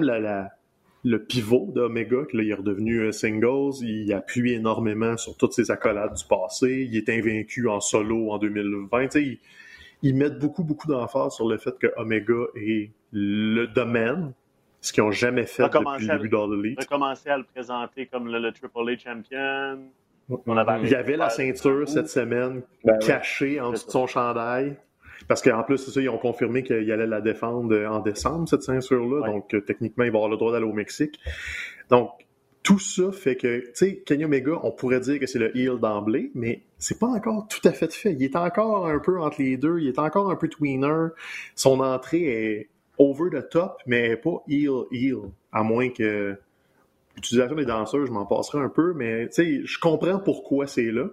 le pivot d'Omega, que là, il est redevenu singles. Il appuie énormément sur toutes ses accolades du passé. Il est invaincu en solo en 2020. Tu sais, ils mettent beaucoup d'emphase sur le fait que Omega est le domaine, ce qu'ils n'ont jamais fait depuis le début d'All Elite. Recommencer à le présenter comme le Triple H champion. Il y avait la ceinture cette semaine cachée en dessous de son chandail. Parce qu'en plus, c'est ça, ils ont confirmé qu'ils allaient la défendre en décembre, cette ceinture-là. Ouais. Donc, techniquement, il va avoir le droit d'aller au Mexique. Donc, tout ça fait que, tu sais, Kenny Omega, on pourrait dire que c'est le heel d'emblée, mais c'est pas encore tout à fait fait. Il est encore un peu entre les deux. Il est encore un peu tweener. Son entrée est over the top, mais pas heel. À moins que l'utilisation des danseurs, je m'en passerai un peu, mais tu sais, je comprends pourquoi c'est là.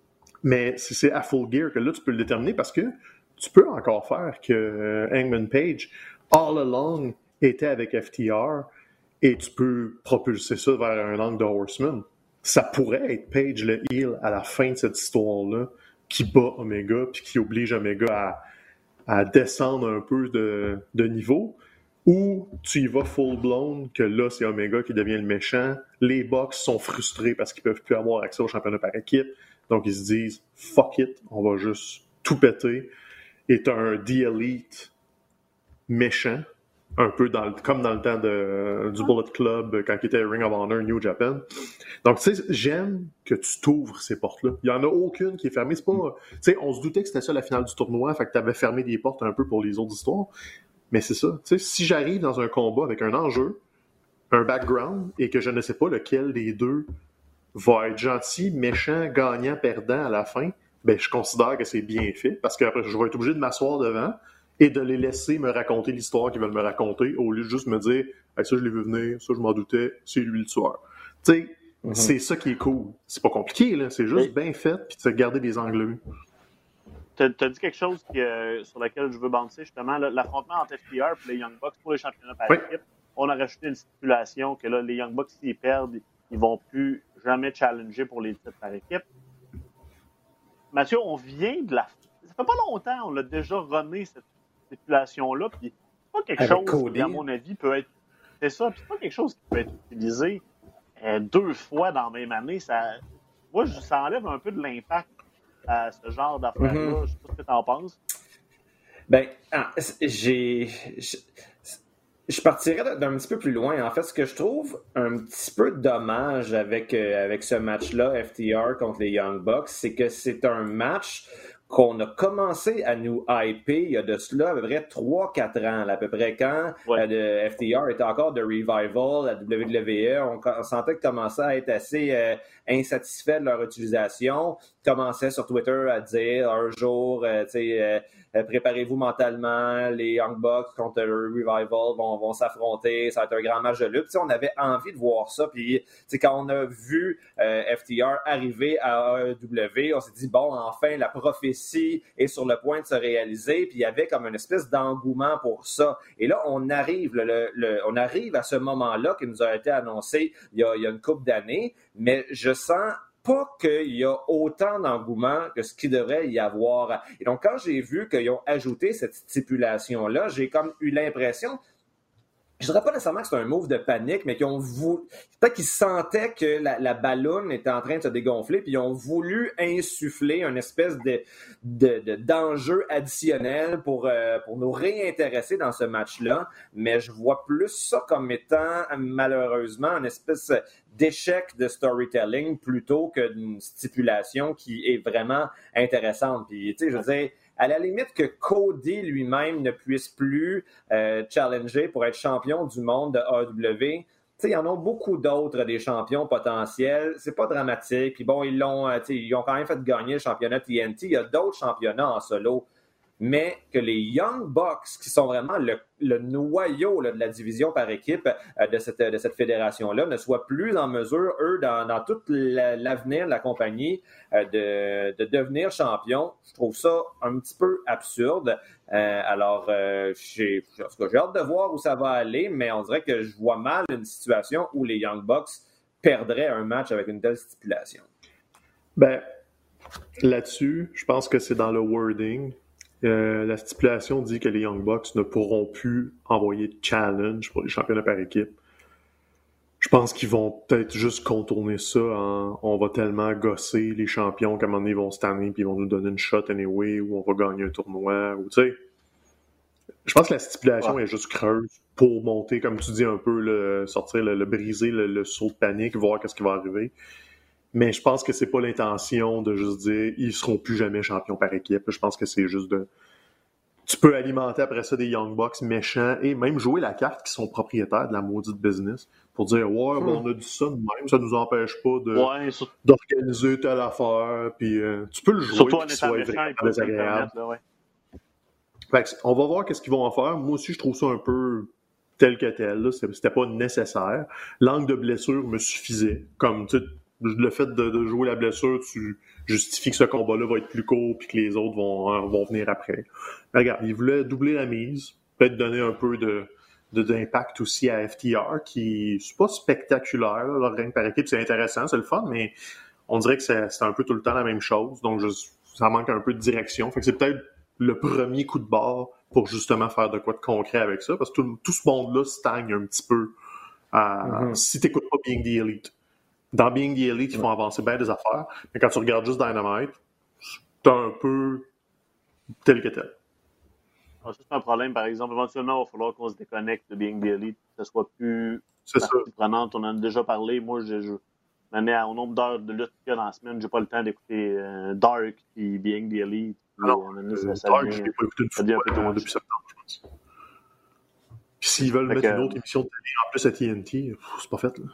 Mais c'est à Full Gear que là, tu peux le déterminer parce que tu peux encore faire que Hangman Page, all along, était avec FTR et tu peux propulser ça vers un angle de Horseman. Ça pourrait être Page le heel à la fin de cette histoire-là qui bat Omega puis qui oblige Omega à descendre un peu de niveau, ou tu y vas full-blown, que là, c'est Omega qui devient le méchant. Les Bucks sont frustrés parce qu'ils peuvent plus avoir accès au championnat par équipe. Donc, ils se disent « Fuck it, on va juste tout péter ». Et t'as un The Elite méchant, un peu comme dans le temps du Bullet Club, quand il était Ring of Honor New Japan. Donc, tu sais, j'aime que tu t'ouvres ces portes-là. Il n'y en a aucune qui est fermée. C'est pas... Tu sais, on se doutait que c'était ça la finale du tournoi, fait que t'avais fermé des portes un peu pour les autres histoires. Mais c'est ça. Tu sais, si j'arrive dans un combat avec un enjeu, un background, et que je ne sais pas lequel des deux va être gentil, méchant, gagnant, perdant à la fin, ben je considère que c'est bien fait, parce qu'après, je vais être obligé de m'asseoir devant et de les laisser me raconter l'histoire qu'ils veulent me raconter, au lieu de juste me dire hey, « ça, je l'ai vu venir, ça, je m'en doutais, c'est lui le tueur ». Tu sais, c'est ça qui est cool. C'est pas compliqué, là, c'est juste bien fait, puis tu sais, garder des angles. T'as dit quelque chose sur lequel je veux bouncer, justement, l'affrontement entre FTR et les Young Bucks pour les championnats par équipe. On a rajouté une stipulation que là, les Young Bucks, s'ils perdent, ils vont plus jamais challenger pour les titres par équipe. Mathieu, on vient de la... Ça fait pas longtemps, on l'a déjà runné, cette stipulation-là, puis c'est pas quelque chose qui, à mon avis, peut être... C'est ça, puis c'est pas quelque chose qui peut être utilisé 2 fois dans la même année. Moi, ça enlève un peu de l'impact à ce genre d'affaires-là. Je sais pas ce que t'en penses. Ben, je partirais d'un petit peu plus loin. En fait, ce que je trouve un petit peu dommage avec ce match-là, FTR contre les Young Bucks, c'est que c'est un match qu'on a commencé à nous hyper il y a de cela à peu près 3-4 ans, là, à peu près quand le FTR était encore de revival, la WWE, on sentait qu'ils commençaient à être assez insatisfaits de leur utilisation, commençaient sur Twitter à dire un jour, préparez-vous mentalement, les Young Bucks contre le Revival vont s'affronter, ça va être un grand match de lutte. T'sais, on avait envie de voir ça, puis quand on a vu FTR arriver à AEW, on s'est dit, bon, enfin, la prophétie est sur le point de se réaliser, puis il y avait comme une espèce d'engouement pour ça. Et là, on arrive à ce moment-là qui nous a été annoncé il y a une couple d'années, mais je sens pas qu'il y a autant d'engouement que ce qu'il devrait y avoir. Et donc, quand j'ai vu qu'ils ont ajouté cette stipulation-là, j'ai comme eu l'impression je dirais pas nécessairement que c'est un move de panique, mais peut-être qu'ils sentaient que la balloune était en train de se dégonfler, puis ils ont voulu insuffler une espèce d'enjeu additionnel pour nous réintéresser dans ce match-là. Mais je vois plus ça comme étant, malheureusement, une espèce d'échec de storytelling plutôt que d'une stipulation qui est vraiment intéressante. Puis, tu sais, je veux dire, à la limite que Cody lui-même ne puisse plus challenger pour être champion du monde de AEW, il y en a beaucoup d'autres des champions potentiels. C'est pas dramatique. Puis bon, ils ont quand même fait gagner le championnat TNT. Il y a d'autres championnats en solo. Mais que les Young Bucks, qui sont vraiment le noyau là, de la division par équipe de cette fédération-là, ne soient plus en mesure, eux, dans tout l'avenir de la compagnie, de devenir champions. Je trouve ça un petit peu absurde. J'ai hâte de voir où ça va aller, mais on dirait que je vois mal une situation où les Young Bucks perdraient un match avec une telle stipulation. Ben, là-dessus, je pense que c'est dans le wording. La stipulation dit que les Young Bucks ne pourront plus envoyer de challenge pour les championnats par équipe. Je pense qu'ils vont peut-être juste contourner ça en on va tellement gosser les champions qu'à un moment donné ils vont se tanner puis ils vont nous donner une shot anyway ou on va gagner un tournoi ou tu sais. Je pense que la stipulation est juste creuse pour monter, comme tu dis un peu, sortir, le briser le saut de panique, voir qu'est-ce qui va arriver. Mais je pense que c'est pas l'intention de juste dire ils seront plus jamais champions par équipe. Je pense que c'est juste de... Tu peux alimenter après ça des Young Bucks méchants et même jouer la carte qui sont propriétaires de la maudite business pour dire ouais, ben, on a dit ça de même, ça nous empêche pas d'organiser telle affaire. Puis tu peux le jouer surtout et qu'il soit vraiment désagréable. Ouais. On va voir qu'est-ce qu'ils vont en faire. Moi aussi, je trouve ça un peu tel que tel. Là. C'était pas nécessaire. L'angle de blessure me suffisait. Comme tu sais, le fait de jouer la blessure, tu justifies que ce combat-là va être plus court puis que les autres vont venir après. Mais regarde, ils voulaient doubler la mise, peut-être donner un peu d'impact aussi à FTR, qui c'est pas spectaculaire, là, leur règne par équipe, c'est intéressant, c'est le fun, mais on dirait que c'est un peu tout le temps la même chose, donc ça manque un peu de direction. Fait que c'est peut-être le premier coup de barre pour justement faire de quoi de concret avec ça, parce que tout ce monde-là stagne un petit peu si t'écoutes pas Being the Elite. Dans Being the Elite, ils font avancer bien des affaires, mais quand tu regardes juste Dynamite, c'est un peu tel que tel. Alors, ça, c'est un problème, par exemple. Éventuellement, il va falloir qu'on se déconnecte de Being the Elite, que ce soit plus prenante. On en a déjà parlé. Moi, au nombre d'heures de lutte qu'il y a dans la semaine, j'ai pas le temps d'écouter Dark et Being the Elite. Alors, Dark, je l'ai pas écouté une fois depuis septembre, je pense. Puis s'ils veulent mettre une autre émission de télé en plus à TNT, c'est pas fait, là.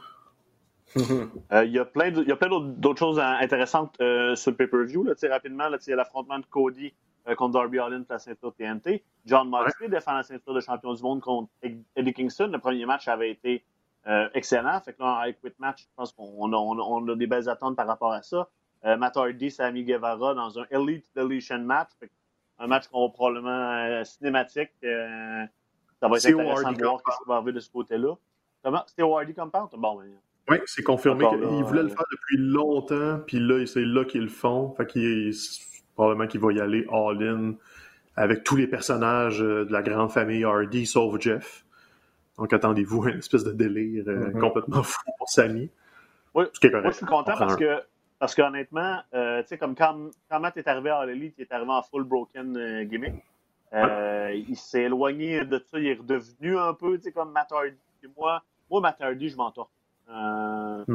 Il y a plein d'autres choses intéressantes sur le pay-per-view. Là, rapidement, il y a l'affrontement de Cody contre Darby Allin pour la ceinture TNT. John Moxley défend la ceinture de champion du monde contre Eddie Kingston. Le premier match avait été excellent. Fait que là, en Quit Match, je pense qu'on a des belles attentes par rapport à ça. Matt Hardy, Sammy Guevara dans un Elite Deletion match. Fait un match qu'on va probablement cinématique. Ça va être intéressant de voir ce qui va arriver de ce côté-là. Comment? C'était Hardy comme part? Bon, ben, oui, c'est confirmé qu'ils voulaient le faire depuis longtemps, puis là, c'est là qu'ils le font. Fait probablement qu'il va y aller all-in avec tous les personnages de la grande famille Hardy, sauf Jeff. Donc, attendez-vous à une espèce de délire complètement fou pour Sammy. Oui, moi, je suis content parce qu'honnêtement, tu sais, comme quand Matt est arrivé à All Elite, il est arrivé en full broken gimmick. Il s'est éloigné de ça, il est redevenu un peu, tu sais, comme Matt Hardy. Et moi, Matt Hardy, je m'entorche. Dans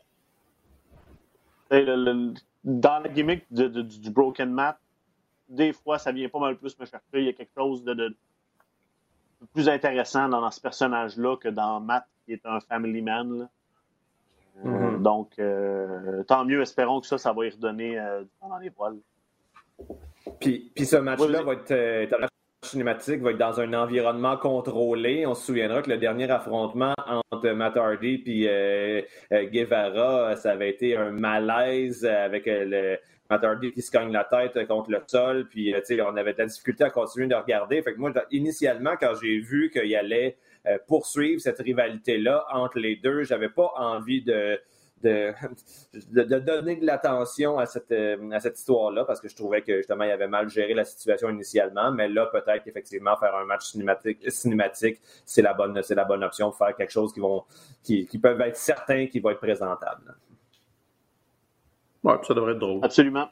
la gimmick du Broken Matt, des fois, ça vient pas mal plus me chercher. Il y a quelque chose de plus intéressant dans ce personnage-là que dans Matt, qui est un family man. Là. Donc, tant mieux, espérons que ça va y redonner dans les voiles. Puis ce match-là va être cinématique, va être dans un environnement contrôlé. On se souviendra que le dernier affrontement entre Matt Hardy et Guevara, ça avait été un malaise avec Matt Hardy qui se cogne la tête contre le sol. Puis on avait de la difficulté à continuer de regarder. Fait que moi, initialement, quand j'ai vu qu'il allait poursuivre cette rivalité-là entre les deux, j'avais pas envie de de donner de l'attention à cette histoire-là, parce que je trouvais que justement il avait mal géré la situation initialement, mais là peut-être qu'effectivement faire un match cinématique c'est la bonne option pour faire quelque chose qui peuvent être certains qui va être présentable. Ouais, ça devrait être drôle. Absolument.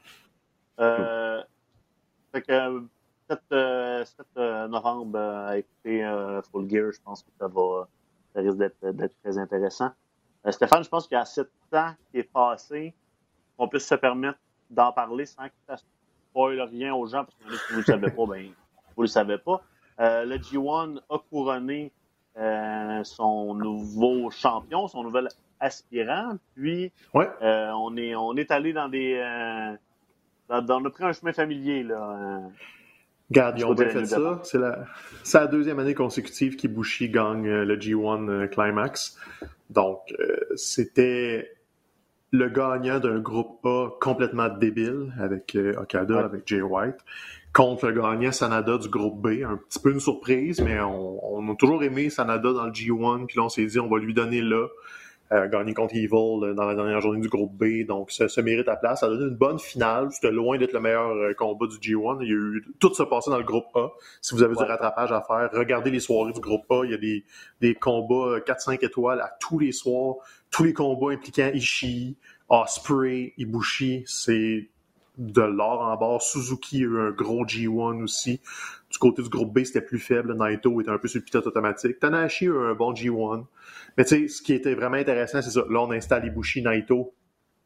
Fait que 7 novembre à écouter Full Gear, je pense que ça risque d'être très intéressant. Stéphane, je pense qu'il y a assez de temps qui est passé qu'on puisse se permettre d'en parler sans que ça spoil rien aux gens, parce que si vous ne le savez pas, ben vous ne le savez pas. Le G1 a couronné son nouveau champion, son nouvel aspirant, puis on est allé dans on a pris un chemin familier, là. Regarde, ils ont bien fait ça. C'est la deuxième année consécutive qu'Ibushi gagne le G1 Climax. Donc, c'était le gagnant d'un groupe A complètement débile avec Okada, avec Jay White, contre le gagnant Sanada du groupe B. Un petit peu une surprise, mais on a toujours aimé Sanada dans le G1. Puis là, on s'est dit, on va lui donner là. Gagné contre Evil dans la dernière journée du groupe B, donc ça mérite la place. Ça a donné une bonne finale. C'était loin d'être le meilleur combat du G1. Il y a eu tout se passé dans le groupe A. Si vous avez du rattrapage à faire, regardez les soirées du groupe A. Il y a des combats 4-5 étoiles à tous les soirs. Tous les combats impliquant Ishii, Ospreay, Ibushi, c'est de l'or en barre. Suzuki a eu un gros G1 aussi. Du côté du groupe B, c'était plus faible. Naito était un peu sur le pilote automatique. Tanahashi a eu un bon G1. Mais tu sais, ce qui était vraiment intéressant, c'est ça. Là, on installe Ibushi, Naito,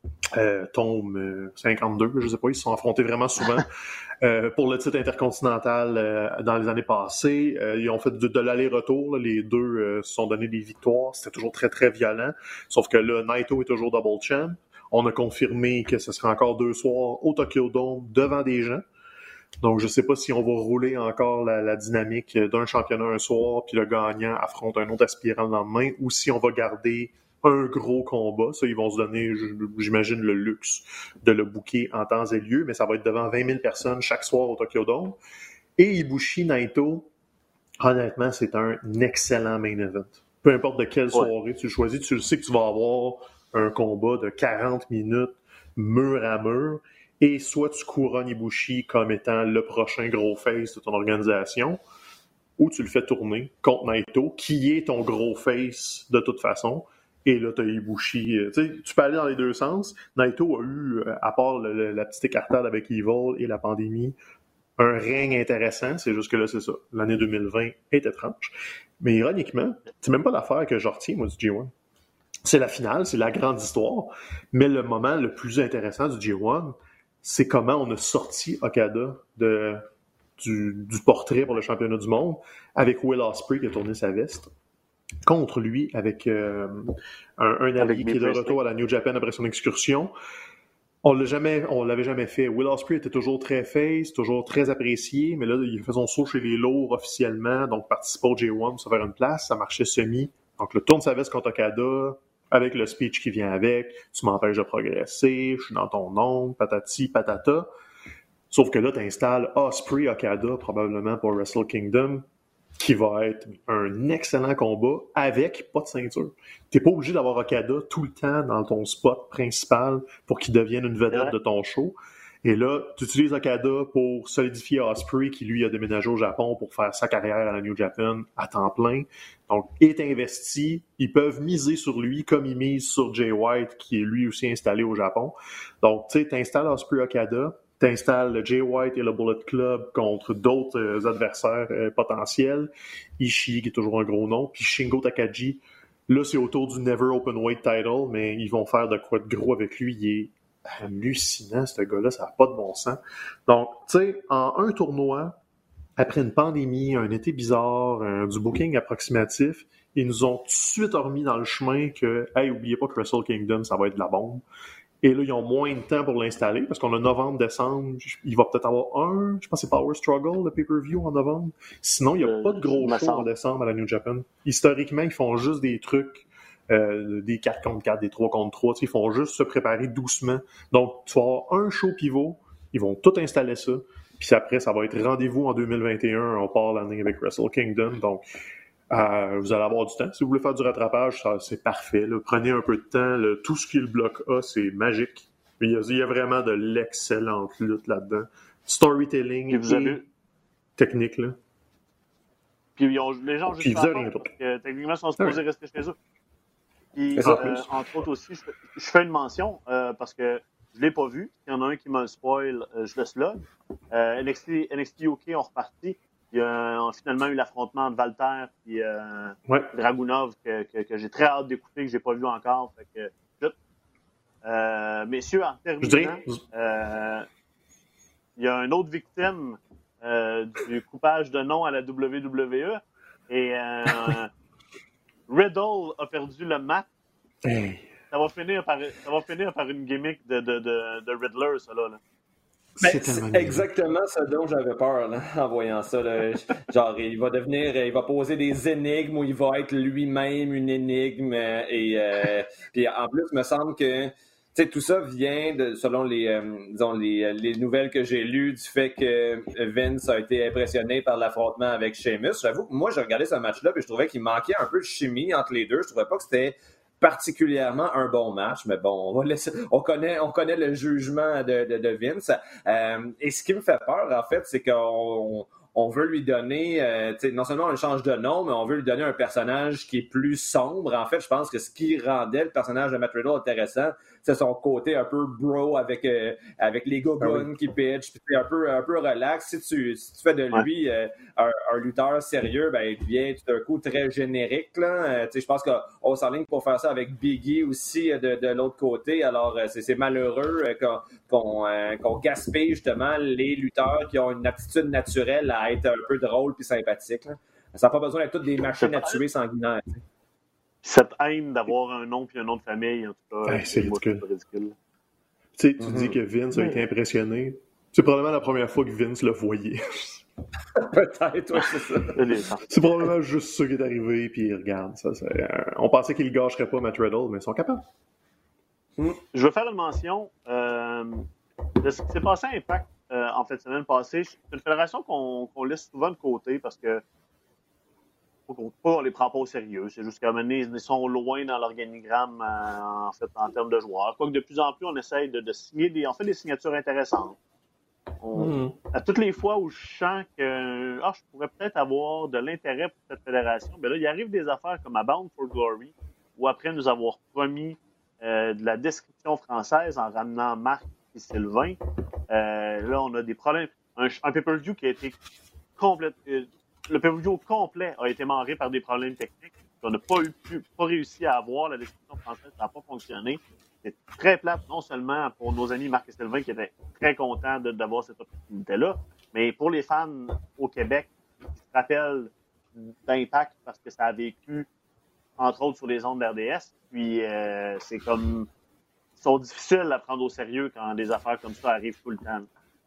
tombe 52, je sais pas, ils se sont affrontés vraiment souvent pour le titre intercontinental dans les années passées. Ils ont fait de l'aller-retour. Là. Les deux se sont donné des victoires. C'était toujours très, très violent. Sauf que là, Naito est toujours double champ. On a confirmé que ce sera encore 2 soirs au Tokyo Dome devant des gens. Donc, je ne sais pas si on va rouler encore la dynamique d'un championnat un soir, puis le gagnant affronte un autre aspirant le lendemain, ou si on va garder un gros combat. Ça, ils vont se donner, j'imagine, le luxe de le booker en temps et lieu, mais ça va être devant 20 000 personnes chaque soir au Tokyo Dome. Et Ibushi Naito, honnêtement, c'est un excellent main event. Peu importe de quelle soirée tu le choisis, tu le sais que tu vas avoir un combat de 40 minutes, mur à mur, et soit tu couronnes Ibushi comme étant le prochain gros face de ton organisation, ou tu le fais tourner contre Naito, qui est ton gros face de toute façon. Et là, tu as Ibushi. Tu peux aller dans les deux sens. Naito a eu, à part la petite écartade avec Evil et la pandémie, un règne intéressant. C'est juste que là, c'est ça. L'année 2020 est étrange. Mais ironiquement, c'est même pas l'affaire que je retiens, moi, du G1. C'est la finale, c'est la grande histoire. Mais le moment le plus intéressant du G1, c'est comment on a sorti Okada du portrait pour le championnat du monde avec Will Ospreay qui a tourné sa veste. Contre lui, avec un allié qui est de retour à la New Japan après son excursion. On l'avait jamais fait. Will Ospreay était toujours très face, toujours très apprécié, mais là, il fait son saut chez les lourds officiellement, donc participer au J1 pour se faire une place, ça marchait semi. Donc, le tourne sa veste contre Okada, avec le speech qui vient avec, tu m'empêches de progresser, je suis dans ton ombre, patati, patata. Sauf que là, tu installes Ospreay Okada, probablement pour Wrestle Kingdom, qui va être un excellent combat avec pas de ceinture. T'es pas obligé d'avoir Okada tout le temps dans ton spot principal pour qu'il devienne une vedette de ton show. Et là, tu utilises Okada pour solidifier Ospreay, qui lui a déménagé au Japon pour faire sa carrière à la New Japan à temps plein. Donc, est investi. Ils peuvent miser sur lui comme ils misent sur Jay White, qui est lui aussi installé au Japon. Donc, tu sais, t'installes Ospreay Okada, t'installes le Jay White et le Bullet Club contre d'autres adversaires potentiels. Ishii, qui est toujours un gros nom, puis Shingo Takagi. Là, c'est autour du Never Openweight title, mais ils vont faire de quoi de gros avec lui. Il est hallucinant, ce gars-là, ça n'a pas de bon sens. Donc, tu sais, en un tournoi, après une pandémie, un été bizarre, du booking approximatif, ils nous ont tout de suite remis dans le chemin que, hey, oubliez pas que Wrestle Kingdom, ça va être de la bombe. Et là, ils ont moins de temps pour l'installer, parce qu'on a novembre, décembre, il va peut-être avoir je pense que c'est Power Struggle, le pay-per-view en novembre. Sinon, il n'y a pas de gros show en décembre à la New Japan. Historiquement, ils font juste des trucs, des 4 contre 4, des 3 contre 3, ils font juste se préparer doucement. Donc, tu vas avoir un show pivot, ils vont tout installer ça, puis après, ça va être rendez-vous en 2021, on part l'année avec Wrestle Kingdom. Donc, Vous allez avoir du temps. Si vous voulez faire du rattrapage, c'est parfait. Là. Prenez un peu de temps. Là. Tout ce qui est le bloc A, c'est magique. Il y a vraiment de l'excellente lutte là-dedans. Storytelling et technique. Là. Puis les gens ont juste pas rien d'autre. Techniquement, ils sont supposés rester chez eux. Puis, entre autres aussi, je fais une mention parce que je ne l'ai pas vu. Il y en a un qui me le spoil, je le slug. NXT UK ont reparti. Il y a finalement eu l'affrontement entre Walter et Dragunov que j'ai très hâte d'écouter, que je n'ai pas vu encore. Fait que, messieurs, en terminant, il y a une autre victime du coupage de nom à la WWE. Et Riddle a perdu le match. Hey. Ça va finir par une gimmick de Riddler, ça, là. C'est exactement ce dont j'avais peur là, en voyant ça. Là. Genre, il va poser des énigmes où il va être lui-même une énigme. Puis en plus, il me semble que tout ça vient, selon les nouvelles que j'ai lues, du fait que Vince a été impressionné par l'affrontement avec Sheamus. J'avoue que moi, j'ai regardé ce match-là et je trouvais qu'il manquait un peu de chimie entre les deux. Je trouvais pas que c'était particulièrement un bon match, mais bon, on connaît le jugement de Vince. Et ce qui me fait peur, en fait, c'est qu'on veut lui donner, non seulement on change de nom, mais on veut lui donner un personnage qui est plus sombre. En fait, je pense que ce qui rendait le personnage de Matt Riddle intéressant, c'est son côté un peu bro avec les gogoons qui pitch, puis un peu relax. Si tu fais de lui un lutteur sérieux, ben il devient tout d'un coup très générique. Je pense qu'on s'enligne pour faire ça avec Biggie aussi de l'autre côté. Alors, c'est malheureux qu'on gaspille justement les lutteurs qui ont une aptitude naturelle à être un peu drôle puis sympathique. Là. Ça n'a pas besoin d'être toutes des machines à tuer sanguinaires. T'sais. Cette haine d'avoir un nom puis un nom de famille, en tout cas, c'est ridicule. ridicule. Tu dis que Vince a été impressionné. C'est probablement la première fois que Vince l'a voyé. Peut-être, oui, c'est ça. C'est probablement juste ça qui est arrivé, puis regarde, on pensait qu'ils ne gâcheraient pas Matt Riddle, mais ils sont capables. Je veux faire une mention de ce qui s'est passé à Impact en fait, semaine passée. C'est une fédération qu'on laisse souvent de côté parce que on les prend pas au sérieux. C'est juste qu'à un moment donné, ils sont loin dans l'organigramme en fait, en termes de joueurs. Quoique de plus en plus, on essaye de signer des signatures intéressantes. À toutes les fois où je sens que je pourrais peut-être avoir de l'intérêt pour cette fédération, bien là, il arrive des affaires comme à Bound for Glory, où après nous avoir promis de la description française en ramenant Marc et Sylvain, là, on a des problèmes. Un pay-per-view qui a été le pay-per-view au complet a été marré par des problèmes techniques. On n'a pas réussi à avoir la description française, ça n'a pas fonctionné. C'est très plate, non seulement pour nos amis Marc et Sylvain qui étaient très contents d'avoir cette opportunité-là, mais pour les fans au Québec qui se rappellent d'Impact parce que ça a vécu, entre autres, sur les ondes d'RDS. Puis c'est comme... Ils sont difficiles à prendre au sérieux quand des affaires comme ça arrivent tout le temps.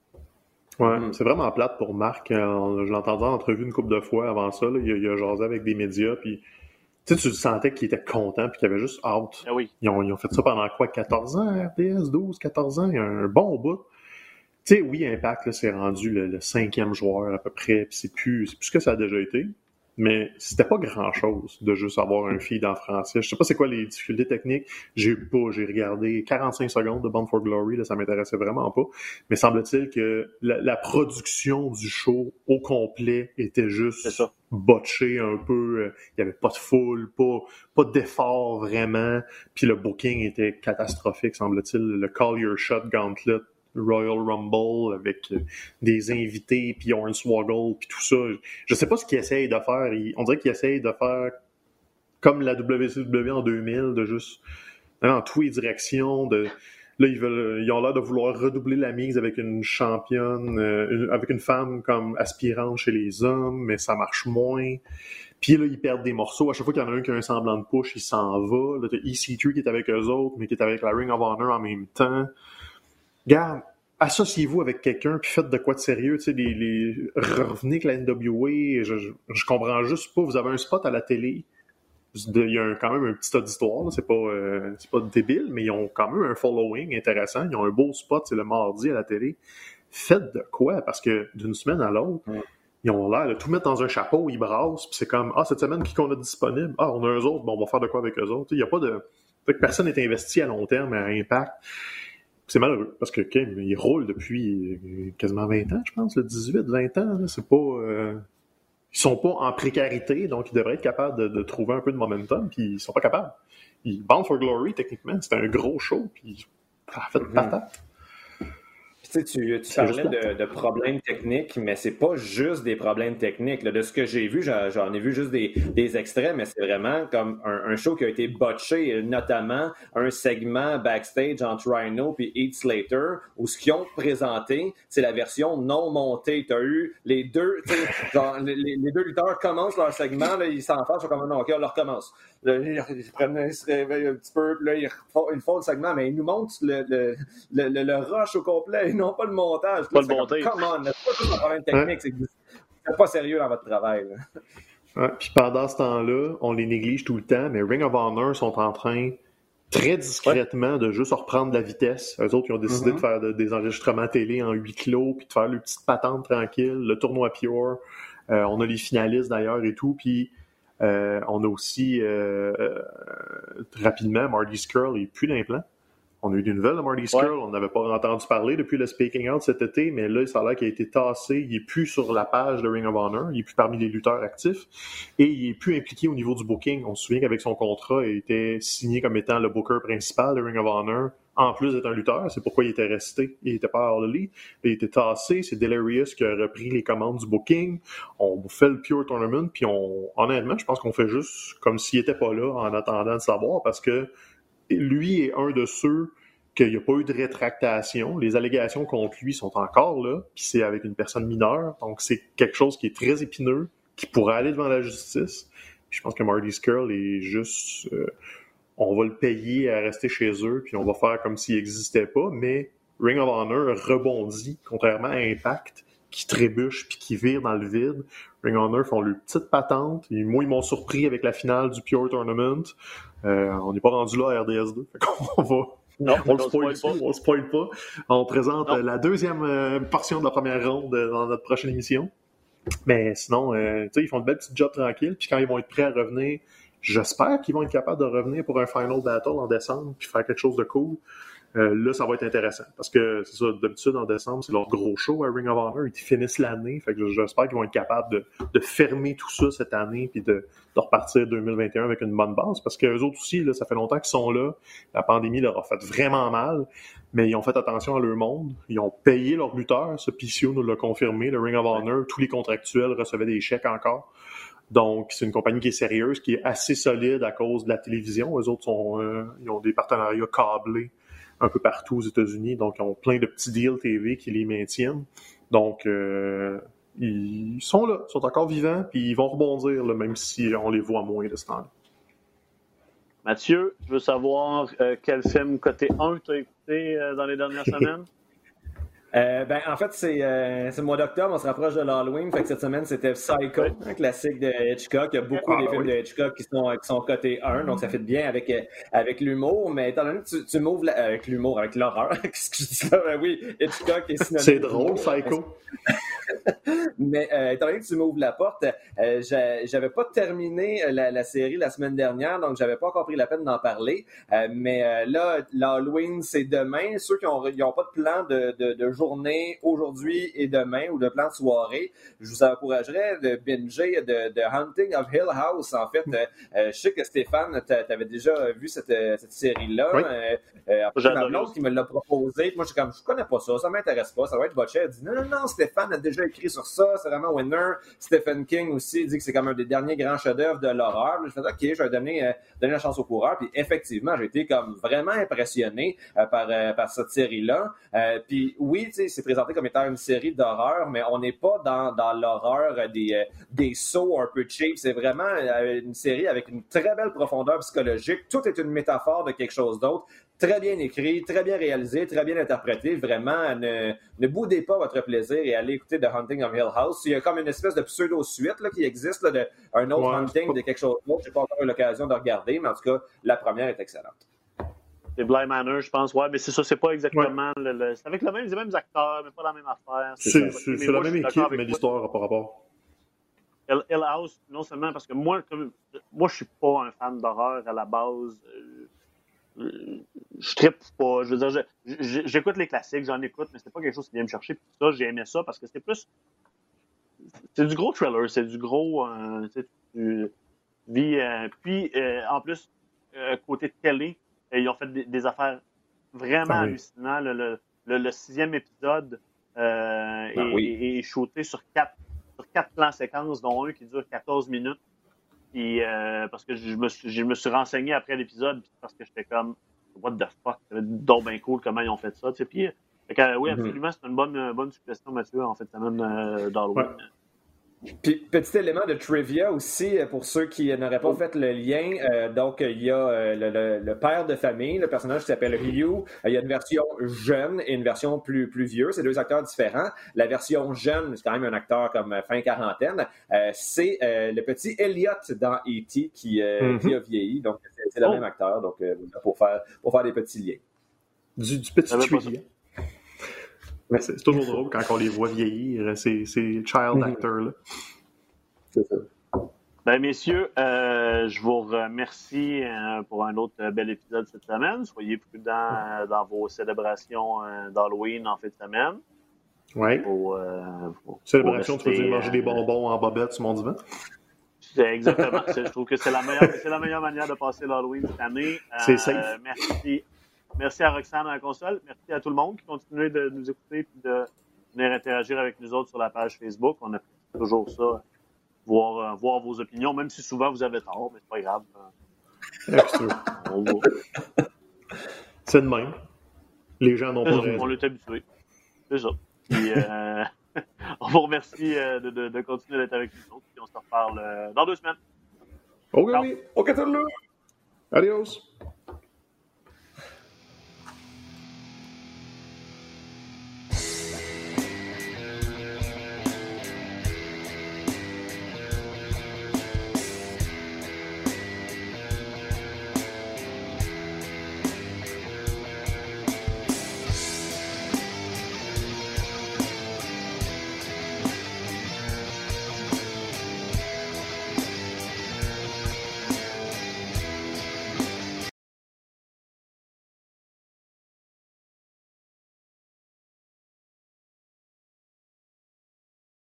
Ouais, c'est vraiment plate pour Marc. Je l'entendais en entrevue une couple de fois avant ça. Là. Il a jasé avec des médias, puis tu sentais qu'il était content puis qu'il avait juste hâte. Ah oui. Ils ont fait ça pendant quoi, 14 ans, RDS, 12, 14 ans, il y a un bon bout. Tu sais, oui, Impact, là, c'est rendu le 5e joueur à peu près, puis c'est plus ce que ça a déjà été. Mais c'était pas grand-chose de juste avoir un feed en français. Je sais pas c'est quoi les difficultés techniques. J'ai regardé 45 secondes de Bound for Glory, là, ça m'intéressait vraiment pas. Mais semble-t-il que la production du show au complet était juste botchée un peu. Il y avait pas de foule, pas d'effort vraiment. Puis le booking était catastrophique, semble-t-il. Le Call Your Shot Gauntlet Royal Rumble avec des invités, puis ils ont un swaggle, puis tout ça. Je sais pas ce qu'ils essayent de faire. On dirait qu'ils essayent de faire comme la WCW en 2000, de juste dans toutes les directions. Là, ils ont l'air de vouloir redoubler la mise avec une championne, avec une femme comme aspirante chez les hommes, mais ça marche moins. Puis là, ils perdent des morceaux. À chaque fois qu'il y en a un qui a un semblant de push, il s'en va. Là, t'as EC3 qui est avec eux autres, mais qui est avec la Ring of Honor en même temps. Regarde, associez-vous avec quelqu'un puis faites de quoi de sérieux, tu sais, revenez avec la NWA, je comprends juste pas, vous avez un spot à la télé, il y a quand même un petit auditoire, là, c'est pas débile, mais ils ont quand même un following intéressant, ils ont un beau spot, c'est le mardi à la télé, faites de quoi, parce que d'une semaine à l'autre, ils ont l'air de tout mettre dans un chapeau, ils brassent, puis c'est comme, cette semaine, qui qu'on a disponible? On a eux autres, bon, on va faire de quoi avec eux autres? Il n'y a pas de... Fait que personne n'est investi à long terme, à impact. C'est malheureux, parce que Kim, il roule depuis quasiment 20 ans, je pense, 18, 20 ans, là, c'est pas... Ils sont pas en précarité, donc ils devraient être capables de trouver un peu de momentum, puis ils sont pas capables. Ils Bound for Glory, techniquement, c'était un gros show, puis ça a fait patate. Tu parlais de problèmes techniques, mais c'est pas juste des problèmes techniques. Là. De ce que j'ai vu, j'en ai vu juste des extraits, mais c'est vraiment comme un show qui a été botché, notamment un segment backstage entre Rhino et Heath Slater, où ce qu'ils ont présenté, c'est la version non montée. Tu as eu les deux, genre, les deux lutteurs commencent leur segment, là, ils s'en fâchent, ils sont comme non, ok, on leur recommence. Là, ils se réveillent un petit peu, là, ils font le segment, mais ils nous montrent le rush au complet, non pas le montage. Pas le montage. Come on, c'est pas tout un problème technique, c'est pas sérieux dans votre travail. Ouais, puis pendant ce temps-là, on les néglige tout le temps, mais Ring of Honor sont en train, très discrètement, de juste reprendre la vitesse. Eux autres, ils ont décidé de faire des enregistrements télé en huis clos, puis de faire leur petite patente tranquille, le tournoi Pure. On a les finalistes d'ailleurs et tout, puis on a aussi, rapidement, Marty Scurll n'est plus dans les plans. On a eu des nouvelles de Marty Scurll, on n'avait pas entendu parler depuis le Speaking Out cet été, mais là, ça a l'air qu'il a été tassé. Il n'est plus sur la page de Ring of Honor, il n'est plus parmi les lutteurs actifs, et il n'est plus impliqué au niveau du booking. On se souvient qu'avec son contrat, il était signé comme étant le booker principal de Ring of Honor, en plus d'être un lutteur. C'est pourquoi il était resté. Il n'était pas hors le lit. Il était tassé. C'est Delirious qui a repris les commandes du booking. On fait le Pure Tournament, puis honnêtement, je pense qu'on fait juste comme s'il n'était pas là en attendant de savoir, parce que lui est un de ceux qu'il n'y a pas eu de rétractation. Les allégations contre lui sont encore là, puis c'est avec une personne mineure. Donc, c'est quelque chose qui est très épineux, qui pourrait aller devant la justice. Puis je pense que Marty Scurll est juste... on va le payer à rester chez eux, puis on va faire comme s'il n'existait pas, mais Ring of Honor rebondit, contrairement à Impact, qui trébuche puis qui vire dans le vide. Ring of Honor font leur petite patente. Et moi, ils m'ont surpris avec la finale du Pure Tournament. On n'est pas rendu là à RDS2. Fait qu'on va... Non, on le spoil pas. On présente la deuxième portion de la première ronde dans notre prochaine émission. Mais sinon, ils font de belles petites jobs tranquilles. Puis quand ils vont être prêts à revenir, j'espère qu'ils vont être capables de revenir pour un Final Battle en décembre puis faire quelque chose de cool. Là, ça va être intéressant. Parce que, c'est ça, d'habitude, en décembre, c'est leur gros show à Ring of Honor. Ils finissent l'année. Fait que j'espère qu'ils vont être capables de fermer tout ça cette année puis de repartir 2021 avec une bonne base. Parce qu'eux autres aussi, là, ça fait longtemps qu'ils sont là. La pandémie leur a fait vraiment mal. Mais ils ont fait attention à leur monde. Ils ont payé leurs lutteurs. Ce PCO nous l'a confirmé. Le Ring of Honor, tous les contractuels recevaient des chèques encore. Donc, c'est une compagnie qui est sérieuse, qui est assez solide à cause de la télévision. Eux autres, ils ont des partenariats câblés un peu partout aux États-Unis. Donc, ils ont plein de petits deals TV qui les maintiennent. Donc, ils sont là, ils sont encore vivants, puis ils vont rebondir, là, même si on les voit moins de ce temps-là. Mathieu, je veux savoir quel film côté 1 tu as écouté dans les dernières semaines? En fait, c'est le mois d'octobre, on se rapproche de l'Halloween. Fait que cette semaine, c'était Psycho, un classique de Hitchcock. Il y a beaucoup des films de Hitchcock qui sont cotés 1, donc ça fait bien avec l'humour. Mais étant donné que tu m'ouvres avec l'humour, avec l'horreur, qu'est-ce que je dis là? Oui, Hitchcock est synonyme. C'est drôle, Psycho. Mais étant donné que tu m'ouvres la porte, j'avais pas terminé la série la semaine dernière, donc j'avais pas encore pris la peine d'en parler. Mais là, l'Halloween, c'est demain. Ceux qui ont pas de plan de journée aujourd'hui et demain ou de plan de soirée, je vous encouragerais de binger de Haunting of Hill House. En fait, je sais que Stéphane, t'avais déjà vu cette série-là. Oui. Après, ma blonde qui me l'a proposé. Moi, je connais pas ça m'intéresse pas, ça va être botché. Elle dit non, Stéphane a déjà écrit sur ça, c'est vraiment winner. Stephen King aussi dit que c'est comme un des derniers grands chefs-d'œuvre de l'horreur. Je me suis dit, OK, je vais donner la chance au coureur. Puis effectivement, j'ai été comme vraiment impressionné par cette série-là. Puis oui, tu sais, c'est présenté comme étant une série d'horreur, mais on n'est pas dans l'horreur des sauts un peu cheap. C'est vraiment une série avec une très belle profondeur psychologique. Tout est une métaphore de quelque chose d'autre. Très bien écrit, très bien réalisé, très bien interprété. Vraiment, ne boudez pas votre plaisir et allez écouter The Haunting of Hill House. Il y a comme une espèce de pseudo-suite là, qui existe, là, un autre Haunting de quelque chose d'autre. Je n'ai pas encore eu l'occasion de regarder, mais en tout cas, la première est excellente. C'est Bly Manor, je pense. Ouais, mais c'est ça, c'est pas exactement... C'est avec les mêmes acteurs, mais pas la même affaire. C'est la même équipe, mais l'histoire n'a pas rapport. Hill House, non seulement parce que moi, je suis pas un fan d'horreur à la base. Je trippe pas. Je veux dire, j'écoute les classiques, j'en écoute, mais c'est pas quelque chose qui vient me chercher. Puis ça, j'ai aimé ça parce que c'est plus. C'est du gros thriller, c'est du gros. Tu vis. Puis, en plus, côté télé, ils ont fait des affaires vraiment hallucinantes. Le 6e épisode est shooté sur quatre plans séquences, dont un qui dure 14 minutes. Puis, parce que je me suis renseigné après l'épisode, parce que j'étais comme, what the fuck, c'est donc bien cool comment ils ont fait ça. Puis, oui, absolument, c'est une bonne suggestion, Mathieu, en fait, semaine d'Halloween. Ouais. Puis, petit élément de trivia aussi, pour ceux qui n'auraient pas fait le lien, donc il y a le père de famille, le personnage qui s'appelle Ryu, il y a une version jeune et une version plus vieux, c'est 2 acteurs différents. La version jeune, c'est quand même un acteur comme fin quarantaine, c'est le petit Elliot dans E.T. qui a vieilli, donc c'est le même acteur, donc pour faire des petits liens. Du petit trivia. Mais c'est toujours drôle quand on les voit vieillir, ces child actors-là. C'est ça. Ben, messieurs, je vous remercie pour un autre bel épisode cette semaine. Soyez prudents dans vos célébrations d'Halloween en fin de semaine. Oui. Célébration, tu veux dire manger des bonbons en bobette sur mon divan? C'est exactement. Je trouve que c'est la meilleure manière de passer l'Halloween cette année. C'est safe. Merci à Roxane à la console. Merci à tout le monde qui continue de nous écouter et de venir interagir avec nous autres sur la page Facebook. On apprécie toujours ça, voir vos opinions, même si souvent vous avez tort, mais c'est pas grave. C'est de même. Les gens n'ont pas raison. On est habitués. C'est ça. Puis, on vous remercie de continuer d'être avec nous autres. Puis on se reparle dans 2 semaines. OK, oui. OK, tout le monde. Adios.